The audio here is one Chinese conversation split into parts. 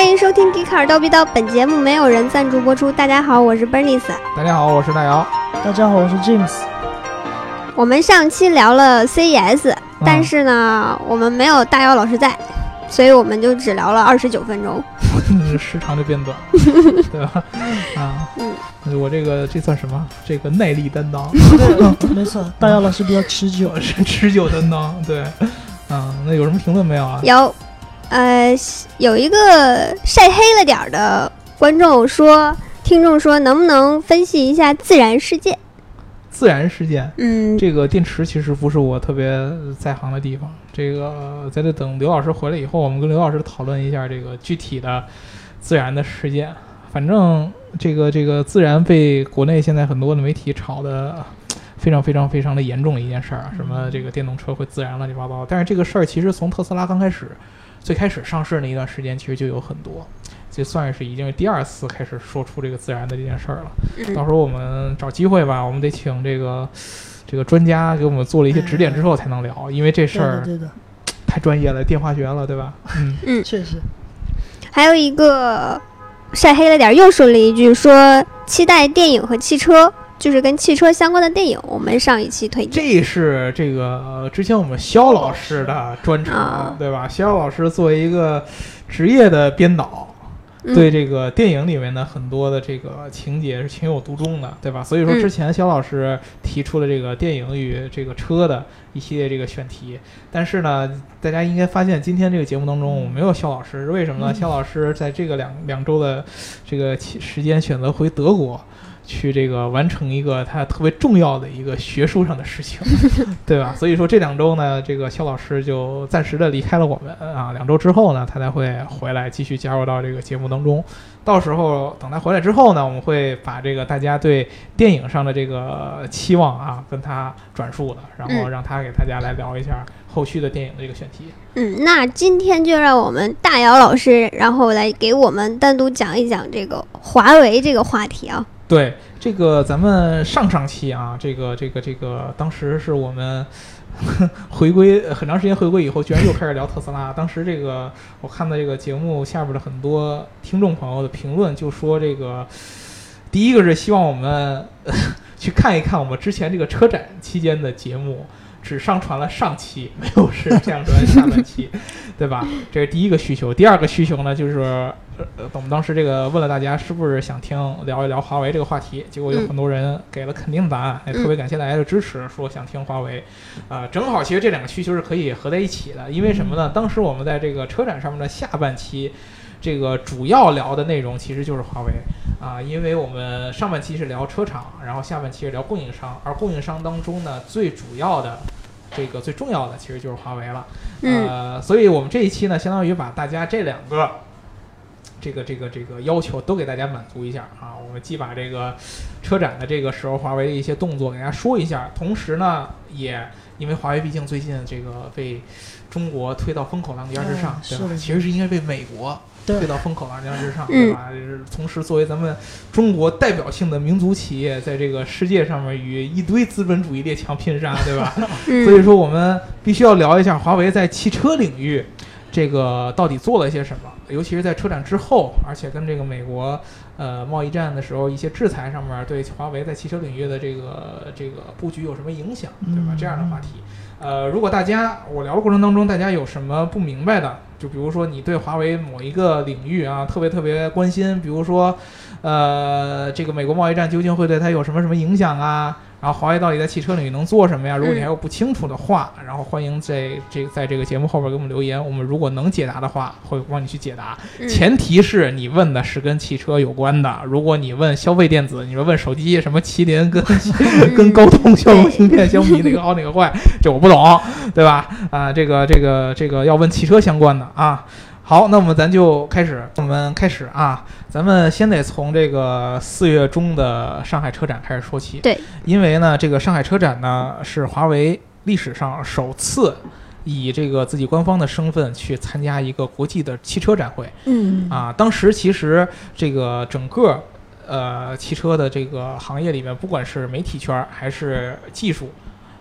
欢迎收听迪卡尔叨逼叨，本节目没有人赞助播出。大家好，我是 Bernice。 大家好，我是大姚。 大家好，我是 James。 我们上期聊了 CES，但是呢，我们没有大姚老师在，所以我们就只聊了29分钟， 时长就变短，对吧？啊，我这算什么？这个耐力担当， 对，没错，大姚老师比较持久， 是持久担当，对。那有什么评论没有啊？ 有一个晒黑了点的听众说，能不能分析一下自然事件？ 自然事件，这个电池其实不是我特别在行的地方。这个在这等刘老师回来以后，我们跟刘老师讨论一下这个具体的自然的事件。反正这个自然被国内现在很多的媒体炒的非常的严重的一件事儿，什么这个电动车会自燃乱七八糟。但是这个事儿其实从特斯拉最开始上市那一段时间，其实就有很多。这算是已经是第2次开始说出这个自然的这件事儿了。到时候我们找机会吧，我们得请这个专家给我们做了一些指点之后才能聊，因为这事儿太专业了，电化学了，对吧？ 确实。 还有一个晒黑了点又说了一句，说期待电影和汽车，就是跟汽车相关的电影，我们上一期推荐。 这是这个之前我们肖老师的专长，对吧？肖老师作为一个职业的编导，对这个电影里面的很多的这个情节是情有独钟的，对吧？所以说之前肖老师提出了这个电影与这个车的一系列这个选题，但是呢，大家应该发现今天这个节目当中我没有肖老师，为什么呢？肖老师在这个两周的这个时间选择回德国去这个完成一个他特别重要的一个学术上的事情，对吧？所以说这2周呢，这个肖老师就暂时的离开了我们啊。2周之后呢，他才会回来继续加入到这个节目当中。到时候等他回来之后呢，我们会把这个大家对电影上的这个期望啊，跟他转述的，然后让他给大家来聊一下后续的电影的这个选题。 那今天就让我们大姚老师，然后来给我们单独讲一讲这个华为这个话题啊。 对，这个咱们上期啊，这个当时是我们回归很长时间回归以后，居然又开始聊特斯拉。当时这个我看到这个节目下边的很多听众朋友的评论，就说这个第一个是希望我们去看一看我们之前这个车展期间的节目，只上传了上期，没有是上传下半期，对吧？这是第一个需求。第二个需求呢，就是我们当时这个问了大家是不是想聊一聊华为这个话题，结果有很多人给了肯定的答案，也特别感谢大家的支持，说想听华为。正好其实这2个需求是可以合在一起的，因为什么呢？当时我们在这个车展上面的下半期，这个主要聊的内容其实就是华为啊，因为我们上半期是聊车厂，然后下半期是聊供应商，而供应商当中呢，最重要的其实就是华为了。所以我们这一期呢，相当于把大家这2个这个要求都给大家满足一下啊。我们既把这个车展的这个时候华为的一些动作给大家说一下，同时呢，也因为华为毕竟最近这个被中国推到风口浪尖之上，对吧？其实是应该被美国推到风口浪尖之上，对吧？同时作为咱们中国代表性的民族企业，在这个世界上面与一堆资本主义列强拼杀，对吧？所以说我们必须要聊一下华为在汽车领域这个到底做了一些什么，尤其是在车展之后，而且跟这个美国贸易战的时候一些制裁上面对华为在汽车领域的这个布局有什么影响，对吧？这样的话题。如果我聊的过程当中大家有什么不明白的，就比如说你对华为某一个领域啊特别关心，比如说这个美国贸易战究竟会对它有什么影响啊，然后华为到底在汽车领域能做什么呀？如果你还有不清楚的话，然后欢迎在这个节目后边给我们留言，我们如果能解答的话会帮你去解答，前提是你问的是跟汽车有关的。如果你问消费电子，你说问手机什么麒麟跟高通骁龙芯片相比哪个好哪个坏，这我不懂，对吧？这个要问汽车相关的啊。好，那咱就开始，咱们先得从这个4月中的上海车展开始说起。 对，因为呢，这个上海车展呢是华为历史上首次以这个自己官方的身份去参加一个国际的汽车展会。当时其实这个整个汽车的这个行业里面，不管是媒体圈还是技术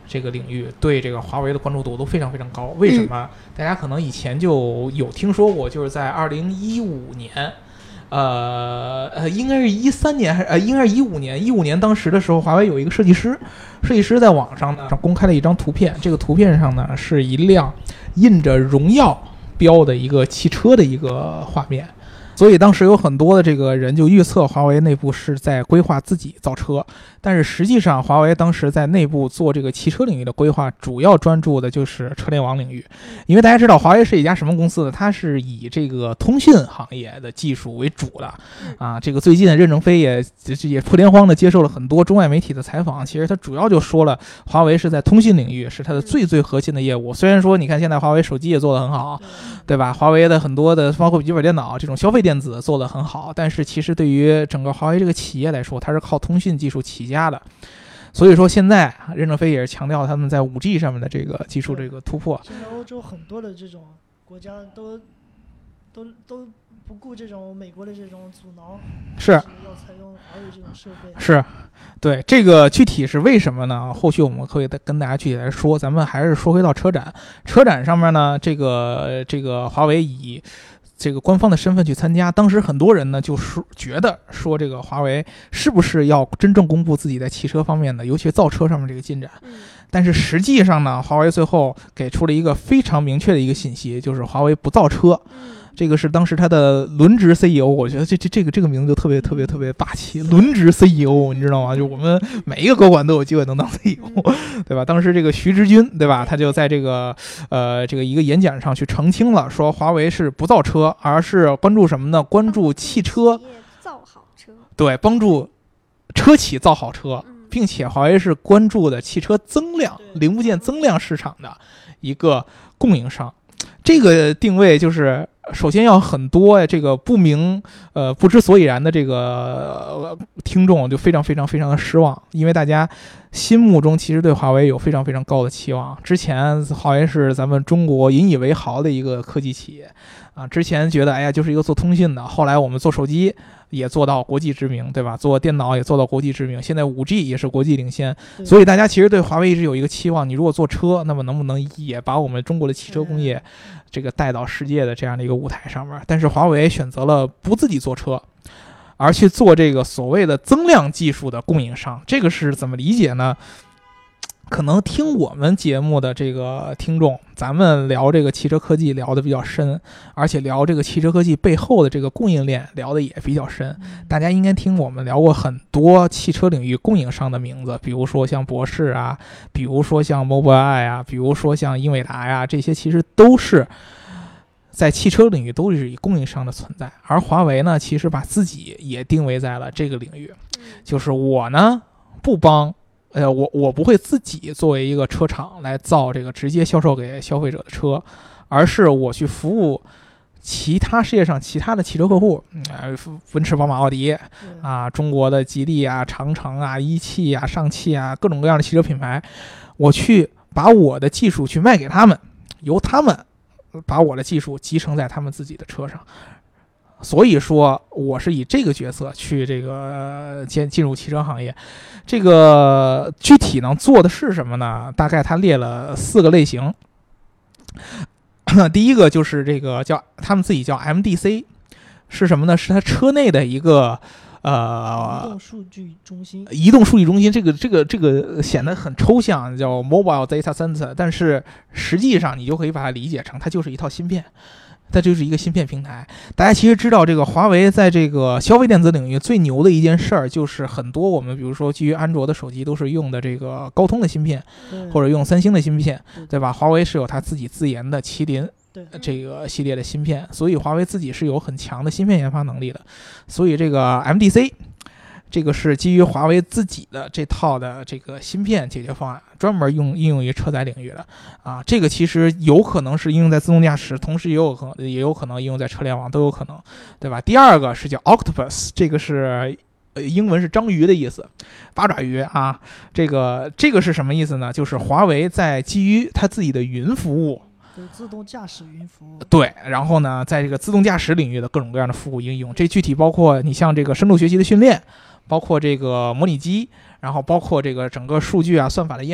这个领域对这个华为的关注度都非常非常高。为什么？大家可能以前就有听说过，就是在2015年。应该是13年还是应该是15年当时的时候，华为有一个设计师在网上呢公开了一张图片，这个图片上呢是一辆印着荣耀标的一个汽车的一个画面。所以当时有很多的这个人就预测华为内部是在规划自己造车，但是实际上华为当时在内部做这个汽车领域的规划，主要专注的就是车联网领域。因为大家知道华为是一家什么公司呢？它是以这个通信行业的技术为主的啊。这个最近任正非也破天荒的接受了很多中外媒体的采访，其实他主要就说了华为是在通信领域是它的最核心的业务。虽然说你看现在华为手机也做得很好，对吧？华为的很多的包括笔记本电脑这种消费电子做得很好，但是其实对于整个华为这个企业来说，它是靠通讯技术起家的。所以说现在任正非也是强调他们在 5G 上面的这个技术这个突破。 现在欧洲很多的这种国家都不顾这种美国的这种阻挠， 是要采用华为这种设备。 是，对，这个具体是为什么呢？后续我们可以跟大家具体来说。咱们还是说回到车展上面呢，这个华为以这个官方的身份去参加，当时很多人呢就是觉得说这个华为是不是要真正公布自己在汽车方面的，尤其造车上面这个进展。但是实际上呢，华为最后给出了一个非常明确的一个信息，就是华为不造车。这个是当时他的轮值 CEO， 我觉得这个名字就特别霸气，轮值 CEO， 你知道吗？就我们每一个高管都有机会能当 CEO， 对吧？当时这个徐直军，对吧？他就在这个一个演讲上去澄清了，说华为是不造车，而是关注什么呢？关注汽车造好车， 对，帮助车企造好车，并且华为是关注的汽车增量、零部件增量市场的一个供应商。这个定位就是首先要很多这个不知所以然的这个听众就非常的失望，因为大家心目中其实对华为有非常高的期望。之前华为是咱们中国引以为豪的一个科技企业啊，之前觉得就是一个做通信的，后来我们做手机也做到国际知名，对吧？做电脑也做到国际知名，现在 5G 也是国际领先，所以大家其实对华为一直有一个期望，你如果做车，那么能不能也把我们中国的汽车工业这个带到世界的这样的一个舞台上面？但是华为选择了不自己做车，而去做这个所谓的增量技术的供应商。这个是怎么理解呢？可能听我们节目的这个听众，咱们聊这个汽车科技聊得比较深，而且聊这个汽车科技背后的这个供应链聊得也比较深。大家应该听我们聊过很多汽车领域供应商的名字，比如说像博世啊，比如说像 Mobileye 啊，比如说像英伟达呀，这些其实都是在汽车领域都是以供应商的存在。而华为呢，其实把自己也定位在了这个领域，就是我呢不帮我不会自己作为一个车厂来造这个直接销售给消费者的车，而是我去服务世界上其他的汽车客户，奔驰、宝马、奥迪啊，中国的吉利啊、长城啊、一汽啊、上汽啊，各种各样的汽车品牌，我去把我的技术去卖给他们，由他们把我的技术集成在他们自己的车上。所以说我是以这个角色去这个进入汽车行业。这个具体呢做的是什么呢？大概他列了4个类型。第一个就是这个他们自己叫 MDC， 是什么呢？是他车内的一个移动数据中心。这个显得很抽象，叫 Mobile Data Center， 但是实际上你就可以把它理解成它就是一套芯片。它就是一个芯片平台。大家其实知道，这个华为在这个消费电子领域最牛的一件事儿，就是很多我们比如说基于安卓的手机都是用的这个高通的芯片，或者用三星的芯片，对吧？华为是有它自己自研的麒麟这个系列的芯片，所以华为自己是有很强的芯片研发能力的。所以这个 MDC， 这个是基于华为自己的这套的这个芯片解决方案，专门应用于车载领域的啊。这个其实有可能是应用在自动驾驶，同时也有可能应用在车联网，都有可能，对吧？第二个是叫 Octopus， 这个是英文是章鱼的意思，八爪鱼啊。这个是什么意思呢？就是华为在基于它自己的云服务。 自动驾驶云服务。 对，然后呢，在这个自动驾驶领域的各种各样的服务应用，这具体包括你像这个深度学习的训练，包括这个模拟机，然后包括这个整个数据啊、算法的验证，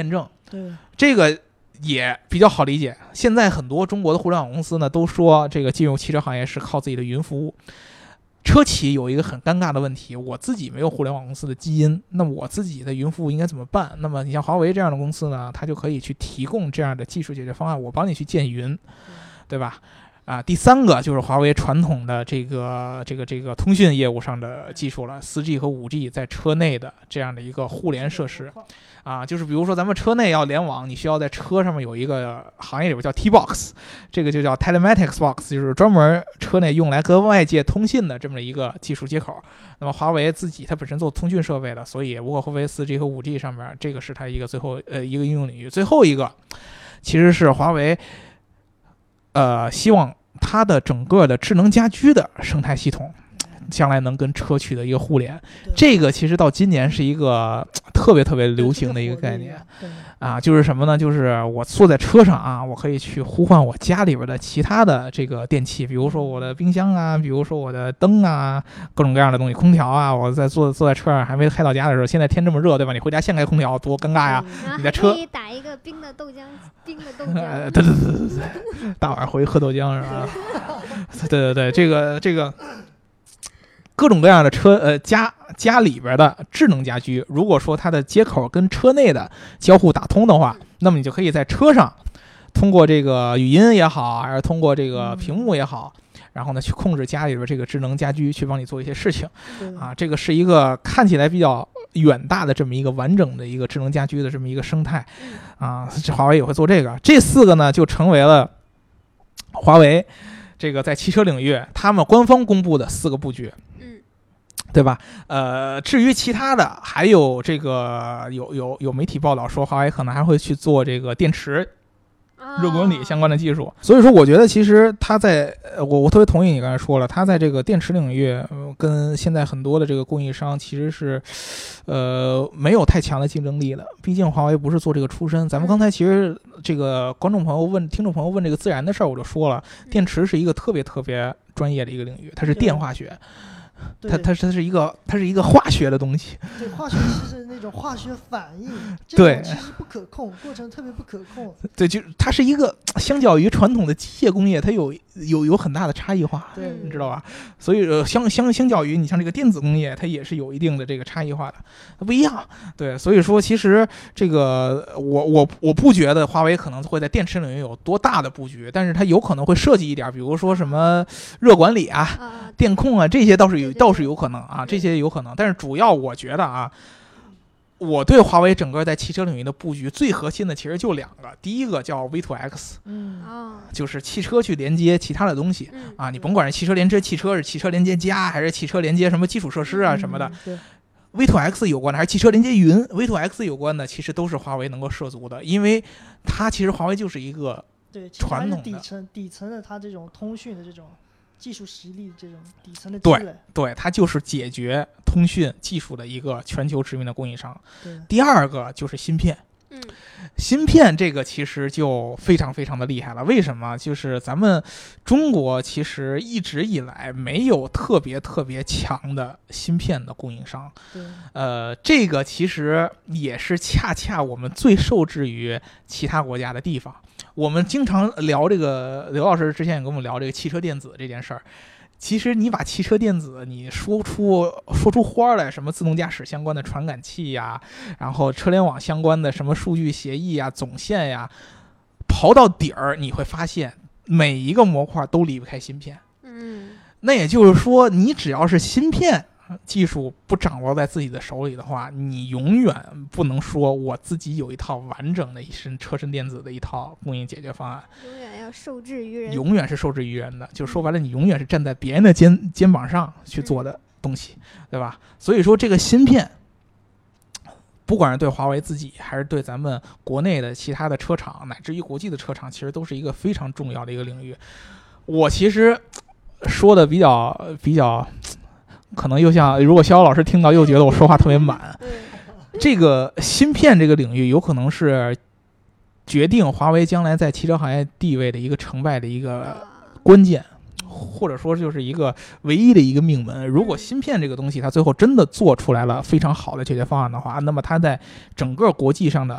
对， 这个也比较好理解。现在很多中国的互联网公司呢，都说这个进入汽车行业是靠自己的云服务。车企有一个很尴尬的问题，我自己没有互联网公司的基因，那么我自己的云服务应该怎么办？那么你像华为这样的公司呢，它就可以去提供这样的技术解决方案，我帮你去建云，对吧？第三个就是华为传统的这个通讯业务上的技术了，4G 和5G 在车内的这样的一个互联设施。就是比如说咱们车内要联网，你需要在车上面有一个行业里边叫 T-Box， 这个就叫 Telematics Box， 就是专门车内用来跟外界通信的这么一个技术接口。那么华为自己它本身做通讯设备的，所以无可厚非 4G 和 5G 上面这个是它一个最后一个应用领域。最后一个其实是华为希望它的整个的智能家居的生态系统将来能跟车取得一个互联，这个其实到今年是一个特别特别流行的一个概念就是什么呢？就是我坐在车上啊，我可以去呼唤我家里边的其他的这个电器，比如说我的冰箱啊，比如说我的灯啊，各种各样的东西，空调啊，我在坐在车上还没开到家的时候，现在天这么热，对吧？你回家先开空调，多尴尬呀！你的车可以打一个冰的豆浆， 对，大晚上回去喝豆浆是吧？对，这个。各种各样的车家里边的智能家居，如果说它的接口跟车内的交互打通的话，那么你就可以在车上通过这个语音也好，还是通过这个屏幕也好，然后呢去控制家里边这个智能家居，去帮你做一些事情这个是一个看起来比较远大的这么一个完整的一个智能家居的这么一个生态华为也会做这个。这4个呢就成为了华为这个在汽车领域他们官方公布的4个布局。对吧？至于其他的，还有这个有媒体报道说，华为可能还会去做这个电池热管理相关的技术。所以说，我觉得其实它在我特别同意你刚才说了，它在这个电池领域跟现在很多的这个供应商其实是没有太强的竞争力的。毕竟华为不是做这个出身。咱们刚才其实这个听众朋友问这个自燃的事儿，我就说了，电池是一个特别特别专业的一个领域，它是电化学。它是一个化学的东西。 对，化学是那种化学反应，这种其实不可控，过程特别不可控。 对，就它是一个相较于传统的机械工业，它有很大的差异化， 对， 你知道吧？所以相较于你像这个电子工业，它也是有一定的这个差异化的，它不一样。对，所以说其实这个我不觉得华为可能会在电池领域有多大的布局，但是它有可能会设计一点，比如说什么热管理电控这些倒是有可能这些有可能。但是主要我觉得我对华为整个在汽车领域的布局最核心的其实就2个，第一个叫 V2X， 就是汽车去连接其他的东西你甭管是汽车连接汽车，是汽车连接家，还是汽车连接什么基础设施什么的，V2X 有关的还是汽车连接云 ，V2X 有关的其实都是华为能够涉足的，因为它其实华为就是一个传统的底层的它这种通讯的这种技术实力，这种底层的积累， 对，它就是解决通讯技术的一个全球知名的供应商。第二个就是芯片。芯片这个其实就非常非常的厉害了。为什么？就是咱们中国其实一直以来没有特别特别强的芯片的供应商。这个其实也是恰恰我们最受制于其他国家的地方。我们经常聊这个，刘老师之前也跟我们聊这个汽车电子这件事儿。其实你把汽车电子你说出花来，什么自动驾驶相关的传感器呀，然后车联网相关的什么数据协议呀、总线呀，刨到底儿你会发现每一个模块都离不开芯片。那也就是说，你只要是芯片技术不掌握在自己的手里的话，你永远不能说我自己有一套完整的车身电子的一套供应解决方案， 永远要受制于人， 永远是受制于人的。就说白了，你永远是站在别人的肩膀上去做的东西，对吧？所以说这个芯片，不管是对华为自己，还是对咱们国内的其他的车厂，乃至于国际的车厂，其实都是一个非常重要的一个领域。我其实说的比较可能又像，如果逍遥老师听到又觉得我说话特别满。这个芯片这个领域有可能是决定华为将来在汽车行业地位的一个成败的一个关键，或者说就是一个唯一的一个命门。如果芯片这个东西它最后真的做出来了非常好的解决方案的话，那么它在整个国际上的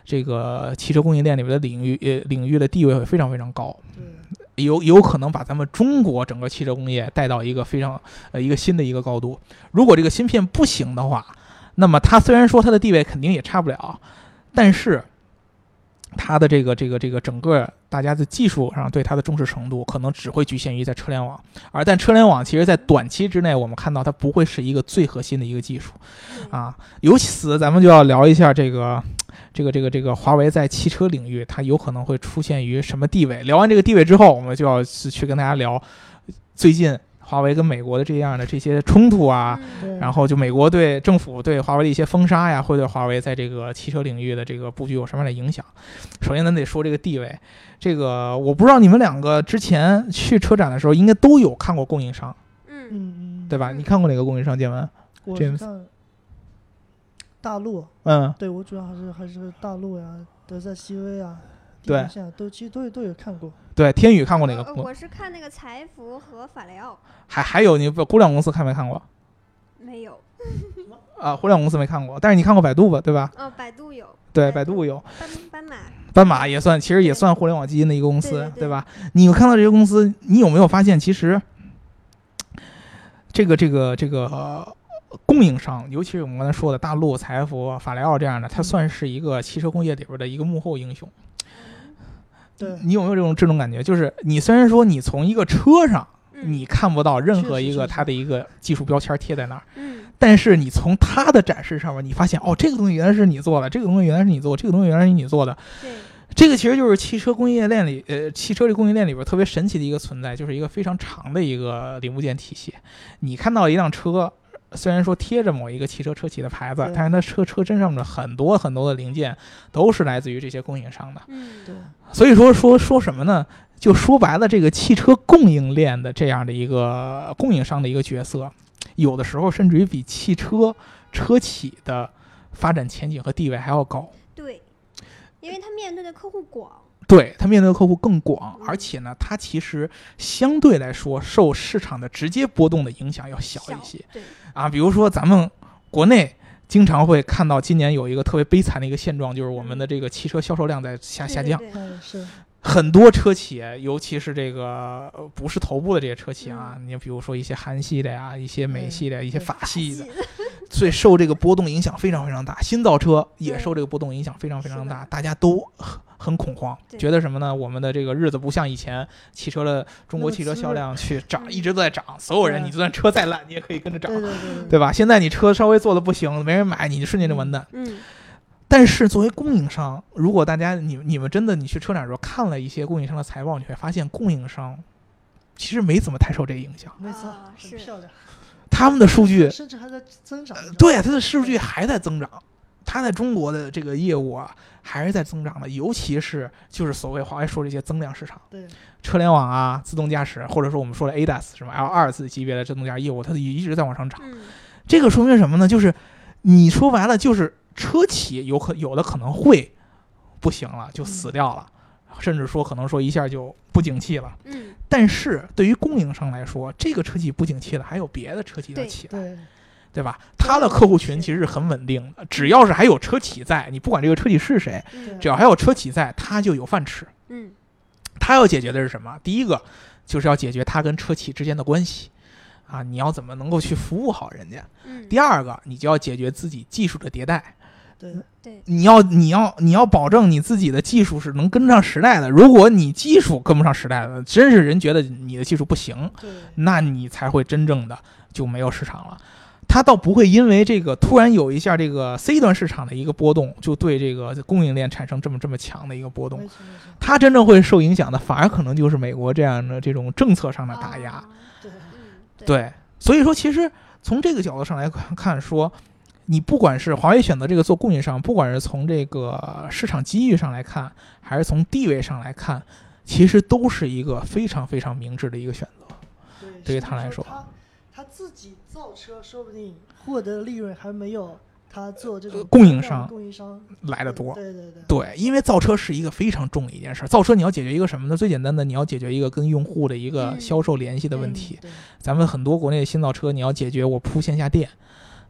这个汽车供应链里面的领域的地位会非常非常高。 对， 有可能把咱们中国整个汽车工业带到一个非常一个新的一个高度。如果这个芯片不行的话，那么它虽然说它的地位肯定也差不了，但是它的这个整个大家的技术上对它的重视程度可能只会局限于在车联网，但车联网其实在短期之内我们看到它不会是一个最核心的一个技术啊。由此咱们就要聊一下这个华为在汽车领域它有可能会出现于什么地位。聊完这个地位之后，我们就要去跟大家聊最近华为跟美国的这些冲突啊，然后就美国对政府对华为的一些封杀呀，会对华为在这个汽车领域的这个布局有什么样的影响。首先咱得说这个地位，这个我不知道你们两个之前去车展的时候应该都有看过供应商，对吧？你看过哪个供应商？建文？ 我是看大陆，对，我主要还是大陆呀，德赛西威啊， 对， 其实都有看过。 对，天宇看过哪个？ 我是看那个财福和法雷奥。 还有你互联网公司看没看过？ 没有。 互联网公司没看过，但是你看过百度吧，对吧？ 百度有。 对，百度有。 斑马也算，其实也算互联网基因的一个公司，对吧？你有看到这些公司，你有没有发现，其实这个供应商，尤其是我们刚才说的大陆、财福、法雷奥这样的，它算是一个汽车工业里边的一个幕后英雄。 对， 你有没有这种感觉？就是你虽然说你从一个车上你看不到任何一个它的一个技术标签贴在那儿，但是你从它的展示上面，你发现这个东西原来是你做的，这个东西原来是你做的，这个东西原来是你做的。 对， 这个其实就是汽车供应链里，汽车这供应链里边特别神奇的一个存在，就是一个非常长的一个零部件体系。你看到一辆车，虽然说贴着某一个汽车车企的牌子，但是它车身上的很多很多的零件都是来自于这些供应商的。 对。 所以说什么呢？就说白了，这个汽车供应链的这样的一个供应商的一个角色，有的时候甚至于比汽车车企的发展前景和地位还要高。 对，因为它面对的客户广。 对，它面对的客户更广，而且呢，它其实相对来说受市场的直接波动的影响要小一些。 对啊，比如说咱们国内经常会看到今年有一个特别悲惨的一个现状，就是我们的这个汽车销售量在下降。 是。 很多车企，尤其是这个不是头部的这些车企啊，你比如说一些韩系的呀，一些美系的，一些法系的，所以受这个波动影响非常非常大。新造车也受这个波动影响非常非常大，大家都很恐慌，觉得什么呢？我们的这个日子不像以前中国汽车销量去涨，一直都在涨，所有人你就算车再烂，你也可以跟着涨，对吧？现在你车稍微做的不行，没人买，你就瞬间就完蛋。但是作为供应商，如果大家你们真的你去车展的时候看了一些供应商的财报，你会发现供应商其实没怎么太受这个影响。 没错，很漂亮。 他们的数据甚至还在增长。 对，它的数据还在增长，它在中国的这个业务啊还是在增长的，尤其是就是所谓华为说这些增量市场， 对， 车联网啊、自动驾驶，或者说我们说的 ADAS 什么 L2级别的自动驾驶业务，它一直在往上涨。这个说明什么呢？就是你说白了就是。车企有的可能会不行了，就死掉了，甚至说可能说一下就不景气了。但是对于供应商来说，这个车企不景气了，还有别的车企要起来，对吧？他的客户群其实是很稳定的，只要是还有车企在，你不管这个车企是谁，只要还有车企在，他就有饭吃。他要解决的是什么？第一个就是要解决他跟车企之间的关系。啊，你要怎么能够去服务好人家？第二个，你就要解决自己技术的迭代。 对， 你要保证你自己的技术是能跟上时代的。如果你技术跟不上时代的，真是人觉得你的技术不行，那你才会真正的就没有市场了。他倒不会因为这个突然有一下这个 C 端市场的一个波动，就对这个供应链产生这么强的一个波动。他真正会受影响的，反而可能就是美国这样的这种政策上的打压。对，所以说其实从这个角度上来看，说你不管是华为选择这个做供应商，不管是从这个市场机遇上来看，还是从地位上来看，其实都是一个非常非常明智的一个选择。对于他来说， 他自己造车说不定获得的利润还没有他做这种供应商来的多。 对， 因为造车是一个非常重的一件事。造车你要解决一个什么呢？最简单的，你要解决一个跟用户的一个销售联系的问题。咱们很多国内的新造车，你要解决我铺线下店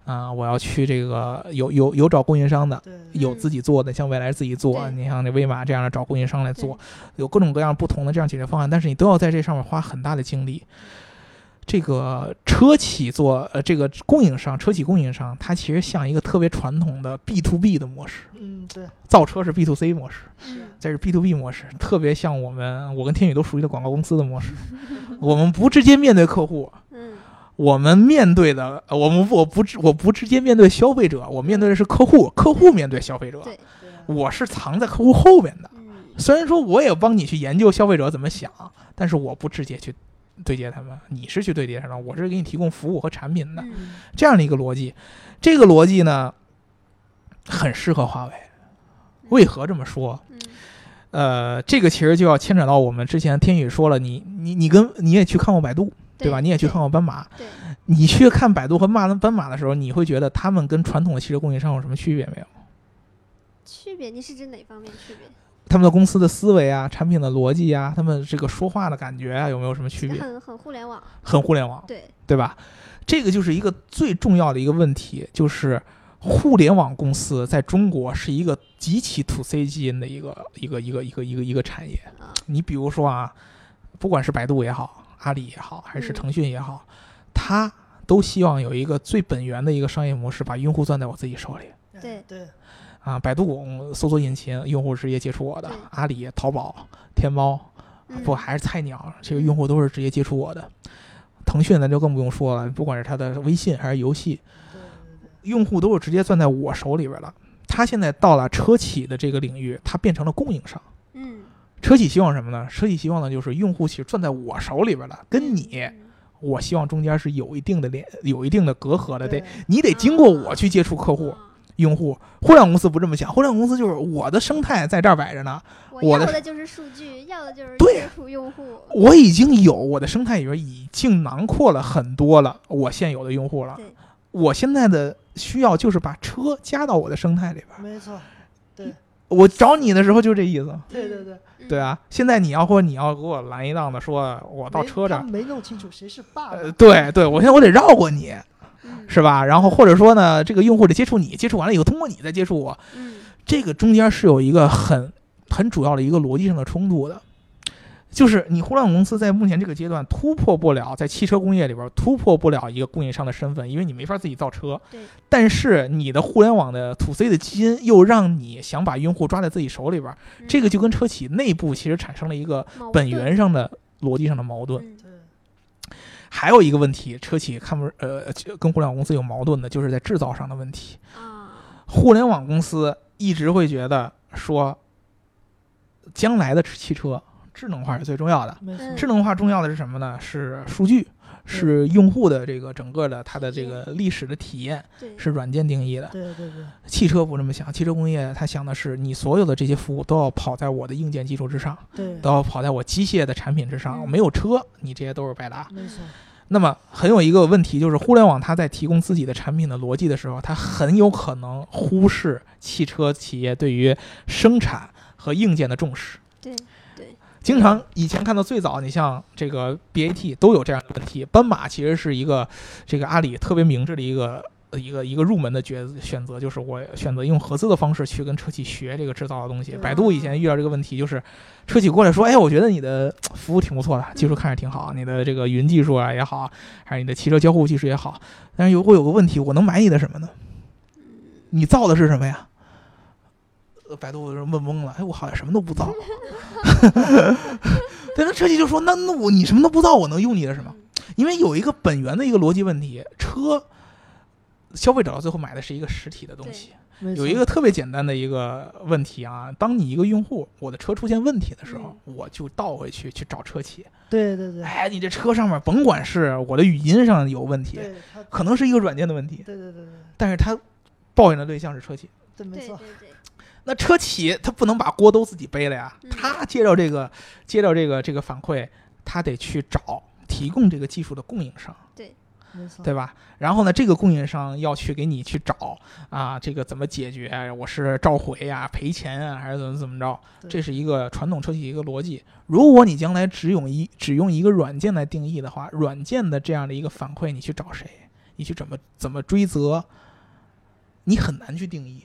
我要去这个有找供应商的，有自己做的，像蔚来自己做，你像那威马这样的找供应商来做，有各种各样不同的这样解决方案，但是你都要在这上面花很大的精力。这个车企做这个供应商，车企供应商，它其实像一个特别传统的 B2B 的模式。 对， 造车是 B2C 模式，这是 B2B 模式，特别像我跟天宇都属于的广告公司的模式。我们不直接面对客户，我们面对的我不直接面对消费者，我面对的是客户，客户面对消费者，我是藏在客户后面的。虽然说我也帮你去研究消费者怎么想，但是我不直接去对接他们，你是去对接他们，我是给你提供服务和产品的，这样的一个逻辑。这个逻辑呢，很适合华为。为何这么说？这个其实就要牵扯到我们之前天宇说了，你也去看过百度，对吧？你也去看过斑马，你去看百度和斑马的时候，你会觉得他们跟传统的汽车供应商有什么区别没有？ 区别？你是指哪方面区别？ 他们的公司的思维啊，产品的逻辑啊，他们这个说话的感觉啊，有没有什么区别？ 很互联网， 很互联网，对吧？这个就是一个最重要的一个问题，就是互联网公司在中国是一个极其 to C 基因的一个产业。你比如说啊，不管是百度也好，阿里也好，还是腾讯也好，它都希望有一个最本源的一个商业模式，把用户攥在我自己手里。 对。 百度搜索引擎用户直接接触我的，阿里、淘宝、天猫，不还是菜鸟，这个用户都是直接接触我的。腾讯咱就更不用说了，不管是它的微信还是游戏，用户都是直接攥在我手里边了。它现在到了车企的这个领域，它变成了供应商。车企希望什么呢？车企希望的就是用户其实攥在我手里边了，跟你，我希望中间是有一定的隔阂的，你得经过我去接触客户。用户，互联网公司不这么想，互联网公司就是我的生态在这儿摆着呢， 我要的就是数据，要的就是接触用户。 我已经有我的生态里边已经囊括了很多了，我现有的用户了。我现在的需要就是把车加到我的生态里边。 没错，对。 我找你的时候就这意思。 对啊，现在你要给我拦一档的，说我到车这儿没弄清楚谁是爸爸。 对，我现在我得绕过你。是吧？然后或者说呢，这个用户得接触你，接触完了以后，通过你再接触我，这个中间是有一个很主要的一个逻辑上的冲突的，就是你互联网公司在目前这个阶段突破不了，在汽车工业里边突破不了一个供应商的身份，因为你没法自己造车。但是你的互联网的 to C 的基因又让你想把用户抓在自己手里边，这个就跟车企内部其实产生了一个本源上的逻辑上的矛盾。还有一个问题，车企跟互联网公司有矛盾的，就是在制造上的问题。互联网公司一直会觉得说，将来的汽车智能化是最重要的。智能化重要的是什么呢？是数据，是用户的这个整个的它的这个历史的体验，是软件定义的。 对。 汽车不这么想，汽车工业它想的是，你所有的这些服务都要跑在我的硬件基础之上，都要跑在我机械的产品之上。没有车，你这些都是白搭。 没错。 那么很有一个问题，就是互联网它在提供自己的产品的逻辑的时候，它很有可能忽视汽车企业对于生产和硬件的重视。 对。 经常以前看到最早，你像这个 BAT 都有这样的问题。斑马其实是一个这个阿里特别明智的一个入门的选择，就是我选择用合资的方式去跟车企学这个制造的东西。百度以前遇到这个问题，就是车企过来说，哎，我觉得你的服务挺不错的，技术看着挺好，你的这个云技术啊也好，还是你的汽车交互技术也好，但是有个问题，我能买你的什么呢？你造的是什么呀？百度问懵了，哎，我好像什么都不造。但是车企就说，那你什么都不造，我能用你的什么？因为有一个本源的一个逻辑问题，消费者到最后买的是一个实体的东西。有一个特别简单的一个问题啊，当你一个用户，我的车出现问题的时候，我就倒回去找车企。 对。 哎，你这车上面甭管是我的语音上有问题，可能是一个软件的问题。 对。 但是他抱怨的对象是车企。 对，没错。 那车企他不能把锅都自己背了呀，他接到这个反馈，他得去找提供这个技术的供应商。对吧？然后呢，这个供应商要去给你去找啊，这个怎么解决？我是召回啊、赔钱啊，还是怎么着？这是一个传统车企一个逻辑。如果你将来只用一个软件来定义的话，软件的这样的一个反馈，你去找谁？ 你去怎么追责，你很难去定义。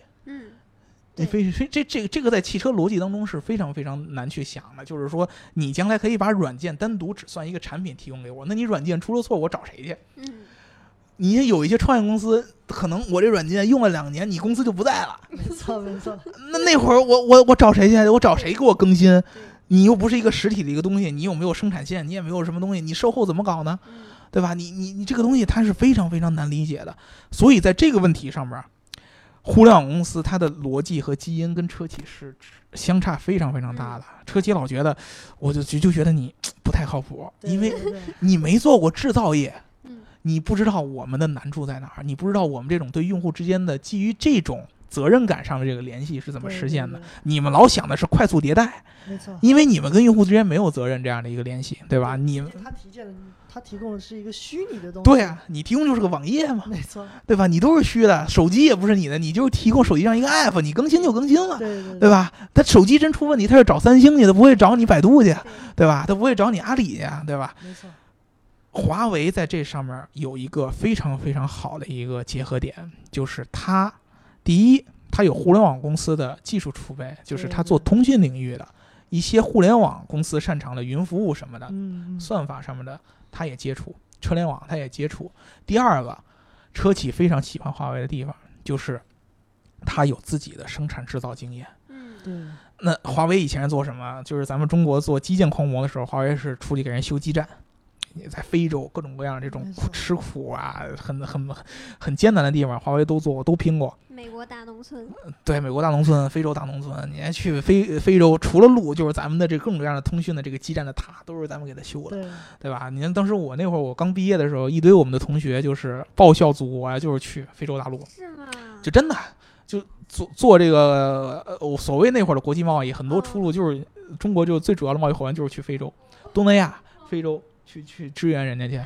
这个在汽车逻辑当中是非常非常难去想的，就是说你将来可以把软件单独只算一个产品提供给我，那你软件出了错我找谁去？你有一些创业公司，可能我这软件用了2年，你公司就不在了。 没错。 那会儿我找谁去？我找谁给我更新？你又不是一个实体的一个东西，你有没有生产线？你也没有什么东西，你售后怎么搞呢？对吧？你这个东西它是非常非常难理解的。所以在这个问题上面，互联网公司它的逻辑和基因跟车企是相差非常非常大的。车企老觉得，我就觉得你不太靠谱，因为你没做过制造业。你不知道我们的难处在哪儿，你不知道我们这种对用户之间的基于这种责任感上的这个联系是怎么实现的。你们老想的是快速迭代， 没错， 因为你们跟用户之间没有责任这样的一个联系，对吧？ 他提供的是一个虚拟的东西。 对啊，你提供就是个网页嘛， 没错， 对吧？你都是虚的，手机也不是你的，你就是提供手机上一个 app， 你更新就更新了，对吧？他手机真出问题，他是找三星去，他不会找你百度去，对吧？他不会找你阿里去，对吧？ 没错。 华为在这上面有一个非常非常好的一个结合点，就是它第一，它有互联网公司的技术储备，就是它做通信领域的一些互联网公司擅长的云服务什么的，算法什么的，它也接触，车联网它也接触。第二个，车企非常喜欢华为的地方，就是它有自己的生产制造经验。 对。 那华为以前是做什么？就是咱们中国做基建狂魔的时候，华为是出去给人修基站。也在非洲各种各样这种吃苦啊，很艰难的地方，华为都做过，都拼过。 美国大农村， 对，美国大农村，非洲大农村，你还去非洲，除了路就是咱们的这各种各样的通讯的这个基站的塔，都是咱们给它修的，对吧？你看当时我那会儿我刚毕业的时候，一堆我们的同学就是报效祖国啊，就是去非洲大陆， 是吗？ 就真的就做这个所谓那会儿的国际贸易，很多出路就是中国就最主要的贸易伙伴就是去非洲、东南亚、非洲。去支援人家去，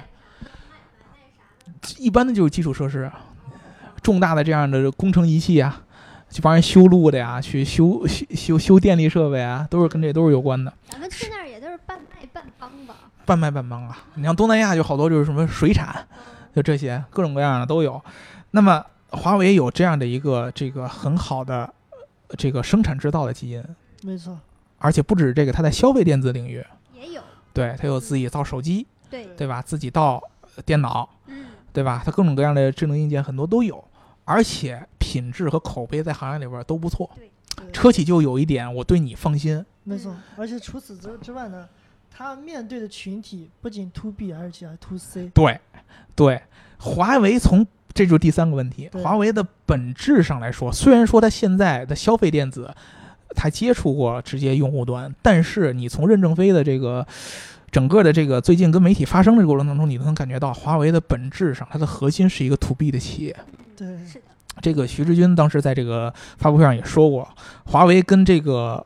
一般的就是基础设施，重大的这样的工程仪器啊，去帮人修路的呀，去修电力设备啊，都是跟这都是有关的。 咱们去那儿也都是半卖半帮吧？ 半卖半帮啊！你像东南亚就好多就是什么水产，就这些各种各样的都有。那么华为有这样的一个这个很好的这个生产制造的基因， 没错。 而且不止这个，它在消费电子领域也有。 对，它有自己造手机， 对吧？自己造电脑，对吧？它各种各样的智能硬件很多都有，而且品质和口碑在行业里边都不错。车企就有一点，我对你放心。 没错，而且除此之外呢，它面对的群体不仅 to B， 而且还 to C。 对，华为这就是第三个问题。华为的本质上来说，虽然说它现在的消费电子，他接触过直接用户端，但是你从任正非的这个整个的这个最近跟媒体发生的这个过程当中，你都能感觉到华为的本质上，它的核心是一个 to B 的企业。 对， 是的。 这个徐志军当时在这个发布会上也说过，华为跟这个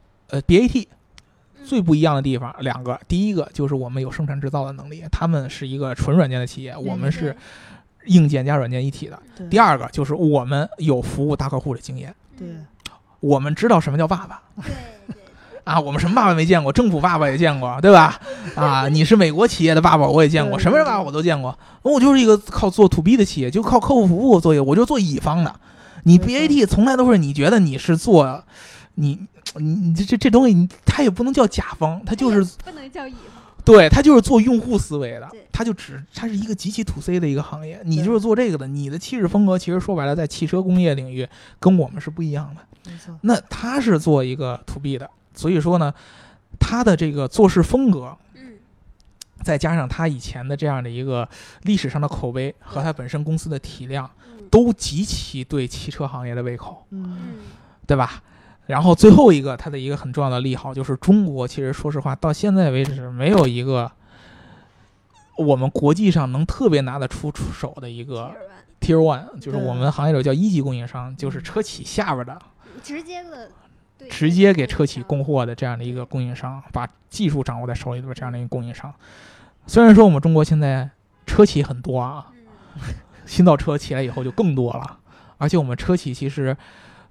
BAT 最不一样的地方两个，第一个就是我们有生产制造的能力，他们是一个纯软件的企业，我们是硬件加软件一体的。第二个就是我们有服务大客户的经验。 对。 我们知道什么叫爸爸， 对啊，我们什么爸爸没见过？政府爸爸也见过，对吧？啊，你是美国企业的爸爸，我也见过，什么人爸爸我都见过。我就是一个靠做 to B 的企业，就靠客户服务做，我就做乙方的。你 BAT 从来都是你觉得你是做你这东西，它也不能叫甲方，它就是不能叫乙方。 对，它就是做用户思维的，它是一个极其 to C 的一个行业，你就是做这个的。你的气质风格其实说白了，在汽车工业领域跟我们是不一样的。那他是做一个 to B 的，所以说呢，他的这个做事风格，再加上他以前的这样的一个历史上的口碑和他本身公司的体量，都极其对汽车行业的胃口，对吧？然后最后一个，它的一个很重要的利好就是中国，其实说实话，到现在为止没有一个我们国际上能特别拿得出手的一个 Tier 1，就是我们行业里叫一级供应商，就是车企下边的。直接给车企供货的这样的一个供应商，把技术掌握在手里的这样的一个供应商。虽然说我们中国现在车企很多啊，新造车起来以后就更多了，而且我们车企其实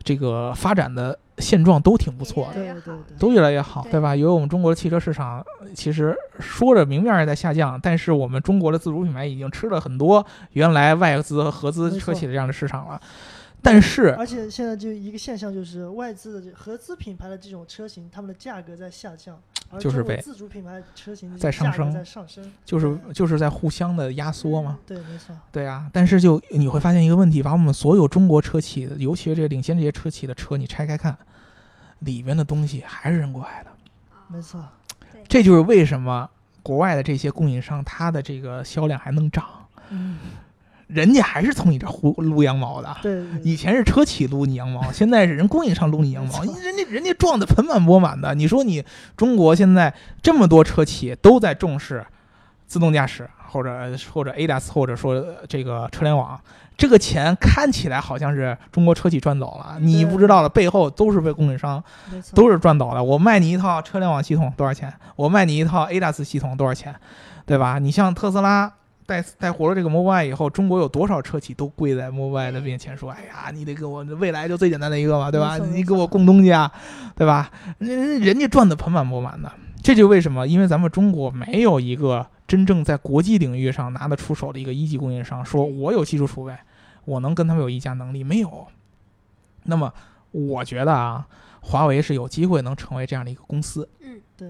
这个发展的现状都挺不错的，都越来越好，对吧？因为我们中国的汽车市场其实说着明面在下降，但是我们中国的自主品牌已经吃了很多原来外资和合资车企的这样的市场了。但是， 而且现在就一个现象，就是外资的合资品牌的这种车型，他们的价格在下降， 就是被自主品牌车型在上升，就是在互相的压缩嘛。 对，没错。 对啊，但是就你会发现一个问题，把我们所有中国车企，尤其是这个领先这些车企的车，你拆开看，里面的东西还是人国外的。 没错。 这就是为什么国外的这些供应商，它的这个销量还能涨。人家还是从你这撸羊毛的， 对， 以前是车企撸你羊毛，现在是人供应商撸你羊毛，人家撞得盆满钵满的。你说你中国现在这么多车企都在重视自动驾驶，或者 ADAS， 或者说这个车联网，这个钱看起来好像是中国车企赚走了，你不知道了，背后都是被供应商都是赚走的。我卖你一套车联网系统多少钱？我卖你一套 ADAS 系统多少钱？对吧？你像特斯拉带活了这个 Mobileye 以后，中国有多少车企都跪在 Mobileye 的面前说：“哎呀，你得给我未来就最简单的一个嘛，对吧？你给我供东西啊，对吧？人家赚的盆满钵满的。这就为什么，因为咱们中国没有一个真正在国际领域上拿得出手的一个一级供应商，说我有技术储备，我能跟他们有议价能力，没有。那么我觉得啊，华为是有机会能成为这样的一个公司。 对。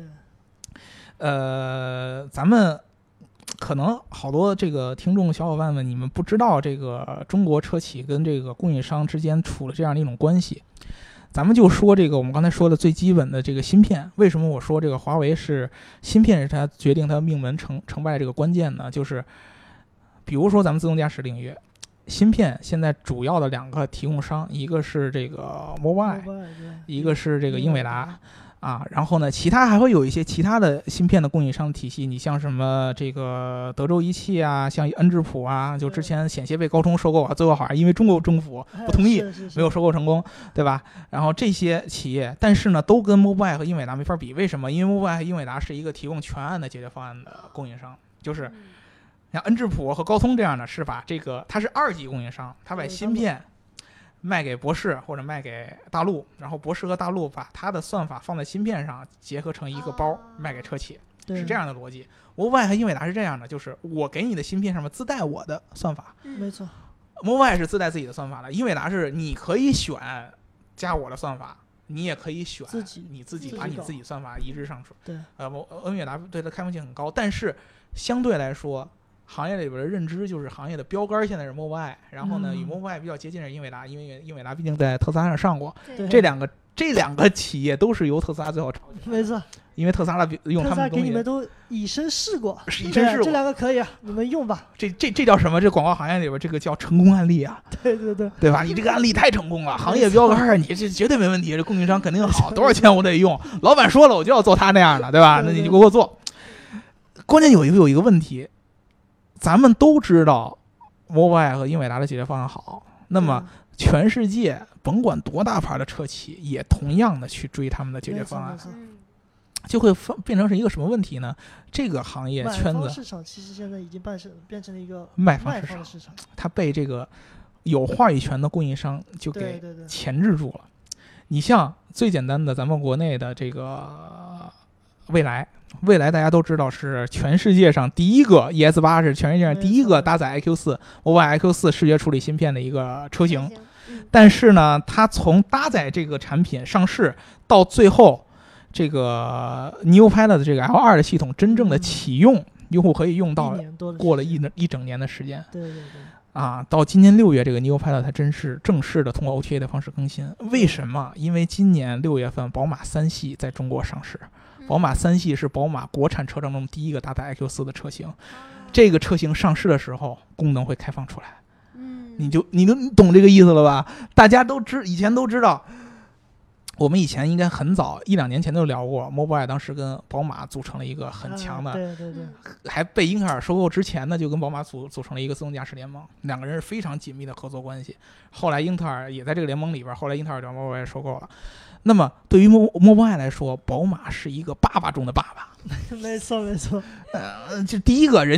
咱们。可能好多这个听众小伙伴们，你们不知道这个中国车企跟这个供应商之间处了这样的一种关系。咱们就说这个我们刚才说的最基本的这个芯片，为什么我说这个华为是芯片是它决定它命门成败这个关键呢？就是比如说咱们自动驾驶领域，芯片现在主要的两个提供商，一个是这个 Mobileye， 一个是这个英伟达。然后呢，其他还会有一些其他的芯片的供应商体系，你像什么这个德州仪器啊，像恩智浦啊，就之前险些被高通收购啊，最后好像因为中国政府不同意，没有收购成功，对吧？然后这些企业，但是呢，都跟 Mobileye 和英伟达没法比，为什么？因为 Mobileye 和英伟达是一个提供全案的解决方案的供应商，就是像恩智浦和高通这样的，是把这个它是2级供应商，它把芯片卖给博世或者卖给大陆，然后博世和大陆把它的算法放在芯片上，结合成一个包卖给车企，是这样的逻辑。Mobileye和英伟达是这样的，就是我给你的芯片上面自带我的算法， 没错。 Mobileye 是自带自己的算法的，英伟达是你可以选加我的算法，你也可以选你自己把你自己算法移植上去。 对， 英伟达对它开放性很高，但是相对来说。行业里边的认知就是行业的标杆现在是 Mobileye， 然后呢，与 Mobileye 比较接近的是英伟达，因为英伟达毕竟在特斯拉上上过。这两个企业都是由特斯拉最后抄的。 没错。 因为特斯拉用他们的东西， 给你们都以身试过， 这两个可以啊，你们用吧。 这叫什么？这广告行业里边这个叫成功案例啊。 对吧？你这个案例太成功了，行业标杆，你这绝对没问题，这供应商肯定好，多少钱我得用，老板说了我就要做他那样的，对吧？那你就给我做。关键有一个问题。咱们都知道 Mobileye 和英伟达的解决方案好，那么全世界甭管多大牌的车企也同样的去追他们的解决方案，就会变成是一个什么问题呢？这个行业圈子市场其实现在已经变成了一个卖方市场，它被这个有话语权的供应商就给钳制住了。你像最简单的咱们国内的这个未来大家都知道是全世界上第一个 ES8 是全世界上第一个搭载 iQ4 Mobileye iQ4 视觉处理芯片的一个车型，但是呢，它从搭载这个产品上市到最后，这个 NeoPilot 的这个 L2 的系统真正的启用，用户可以用到过了一整年的时间。 对。 到今年6月，这个 NeoPilot 它真是正式的通过 OTA 的方式更新。为什么？因为今年6月份宝马3系在中国上市。宝马3系是宝马国产车当中第一个搭载 iQ4 的车型，这个车型上市的时候功能会开放出来，你懂这个意思了吧？大家以前都知道，我们以前应该很早1-2年前都聊过 ，Mobileye 当时跟宝马组成了一个很强的， 对， 还被英特尔收购之前呢，就跟宝马组成了一个自动驾驶联盟，两个人是非常紧密的合作关系。后来英特尔也在这个联盟里边，后来英特尔把 Mobileye 收购了。那么对于 Mobileye 来说，宝马是一个爸爸中的爸爸。 没错。 就第一个，人家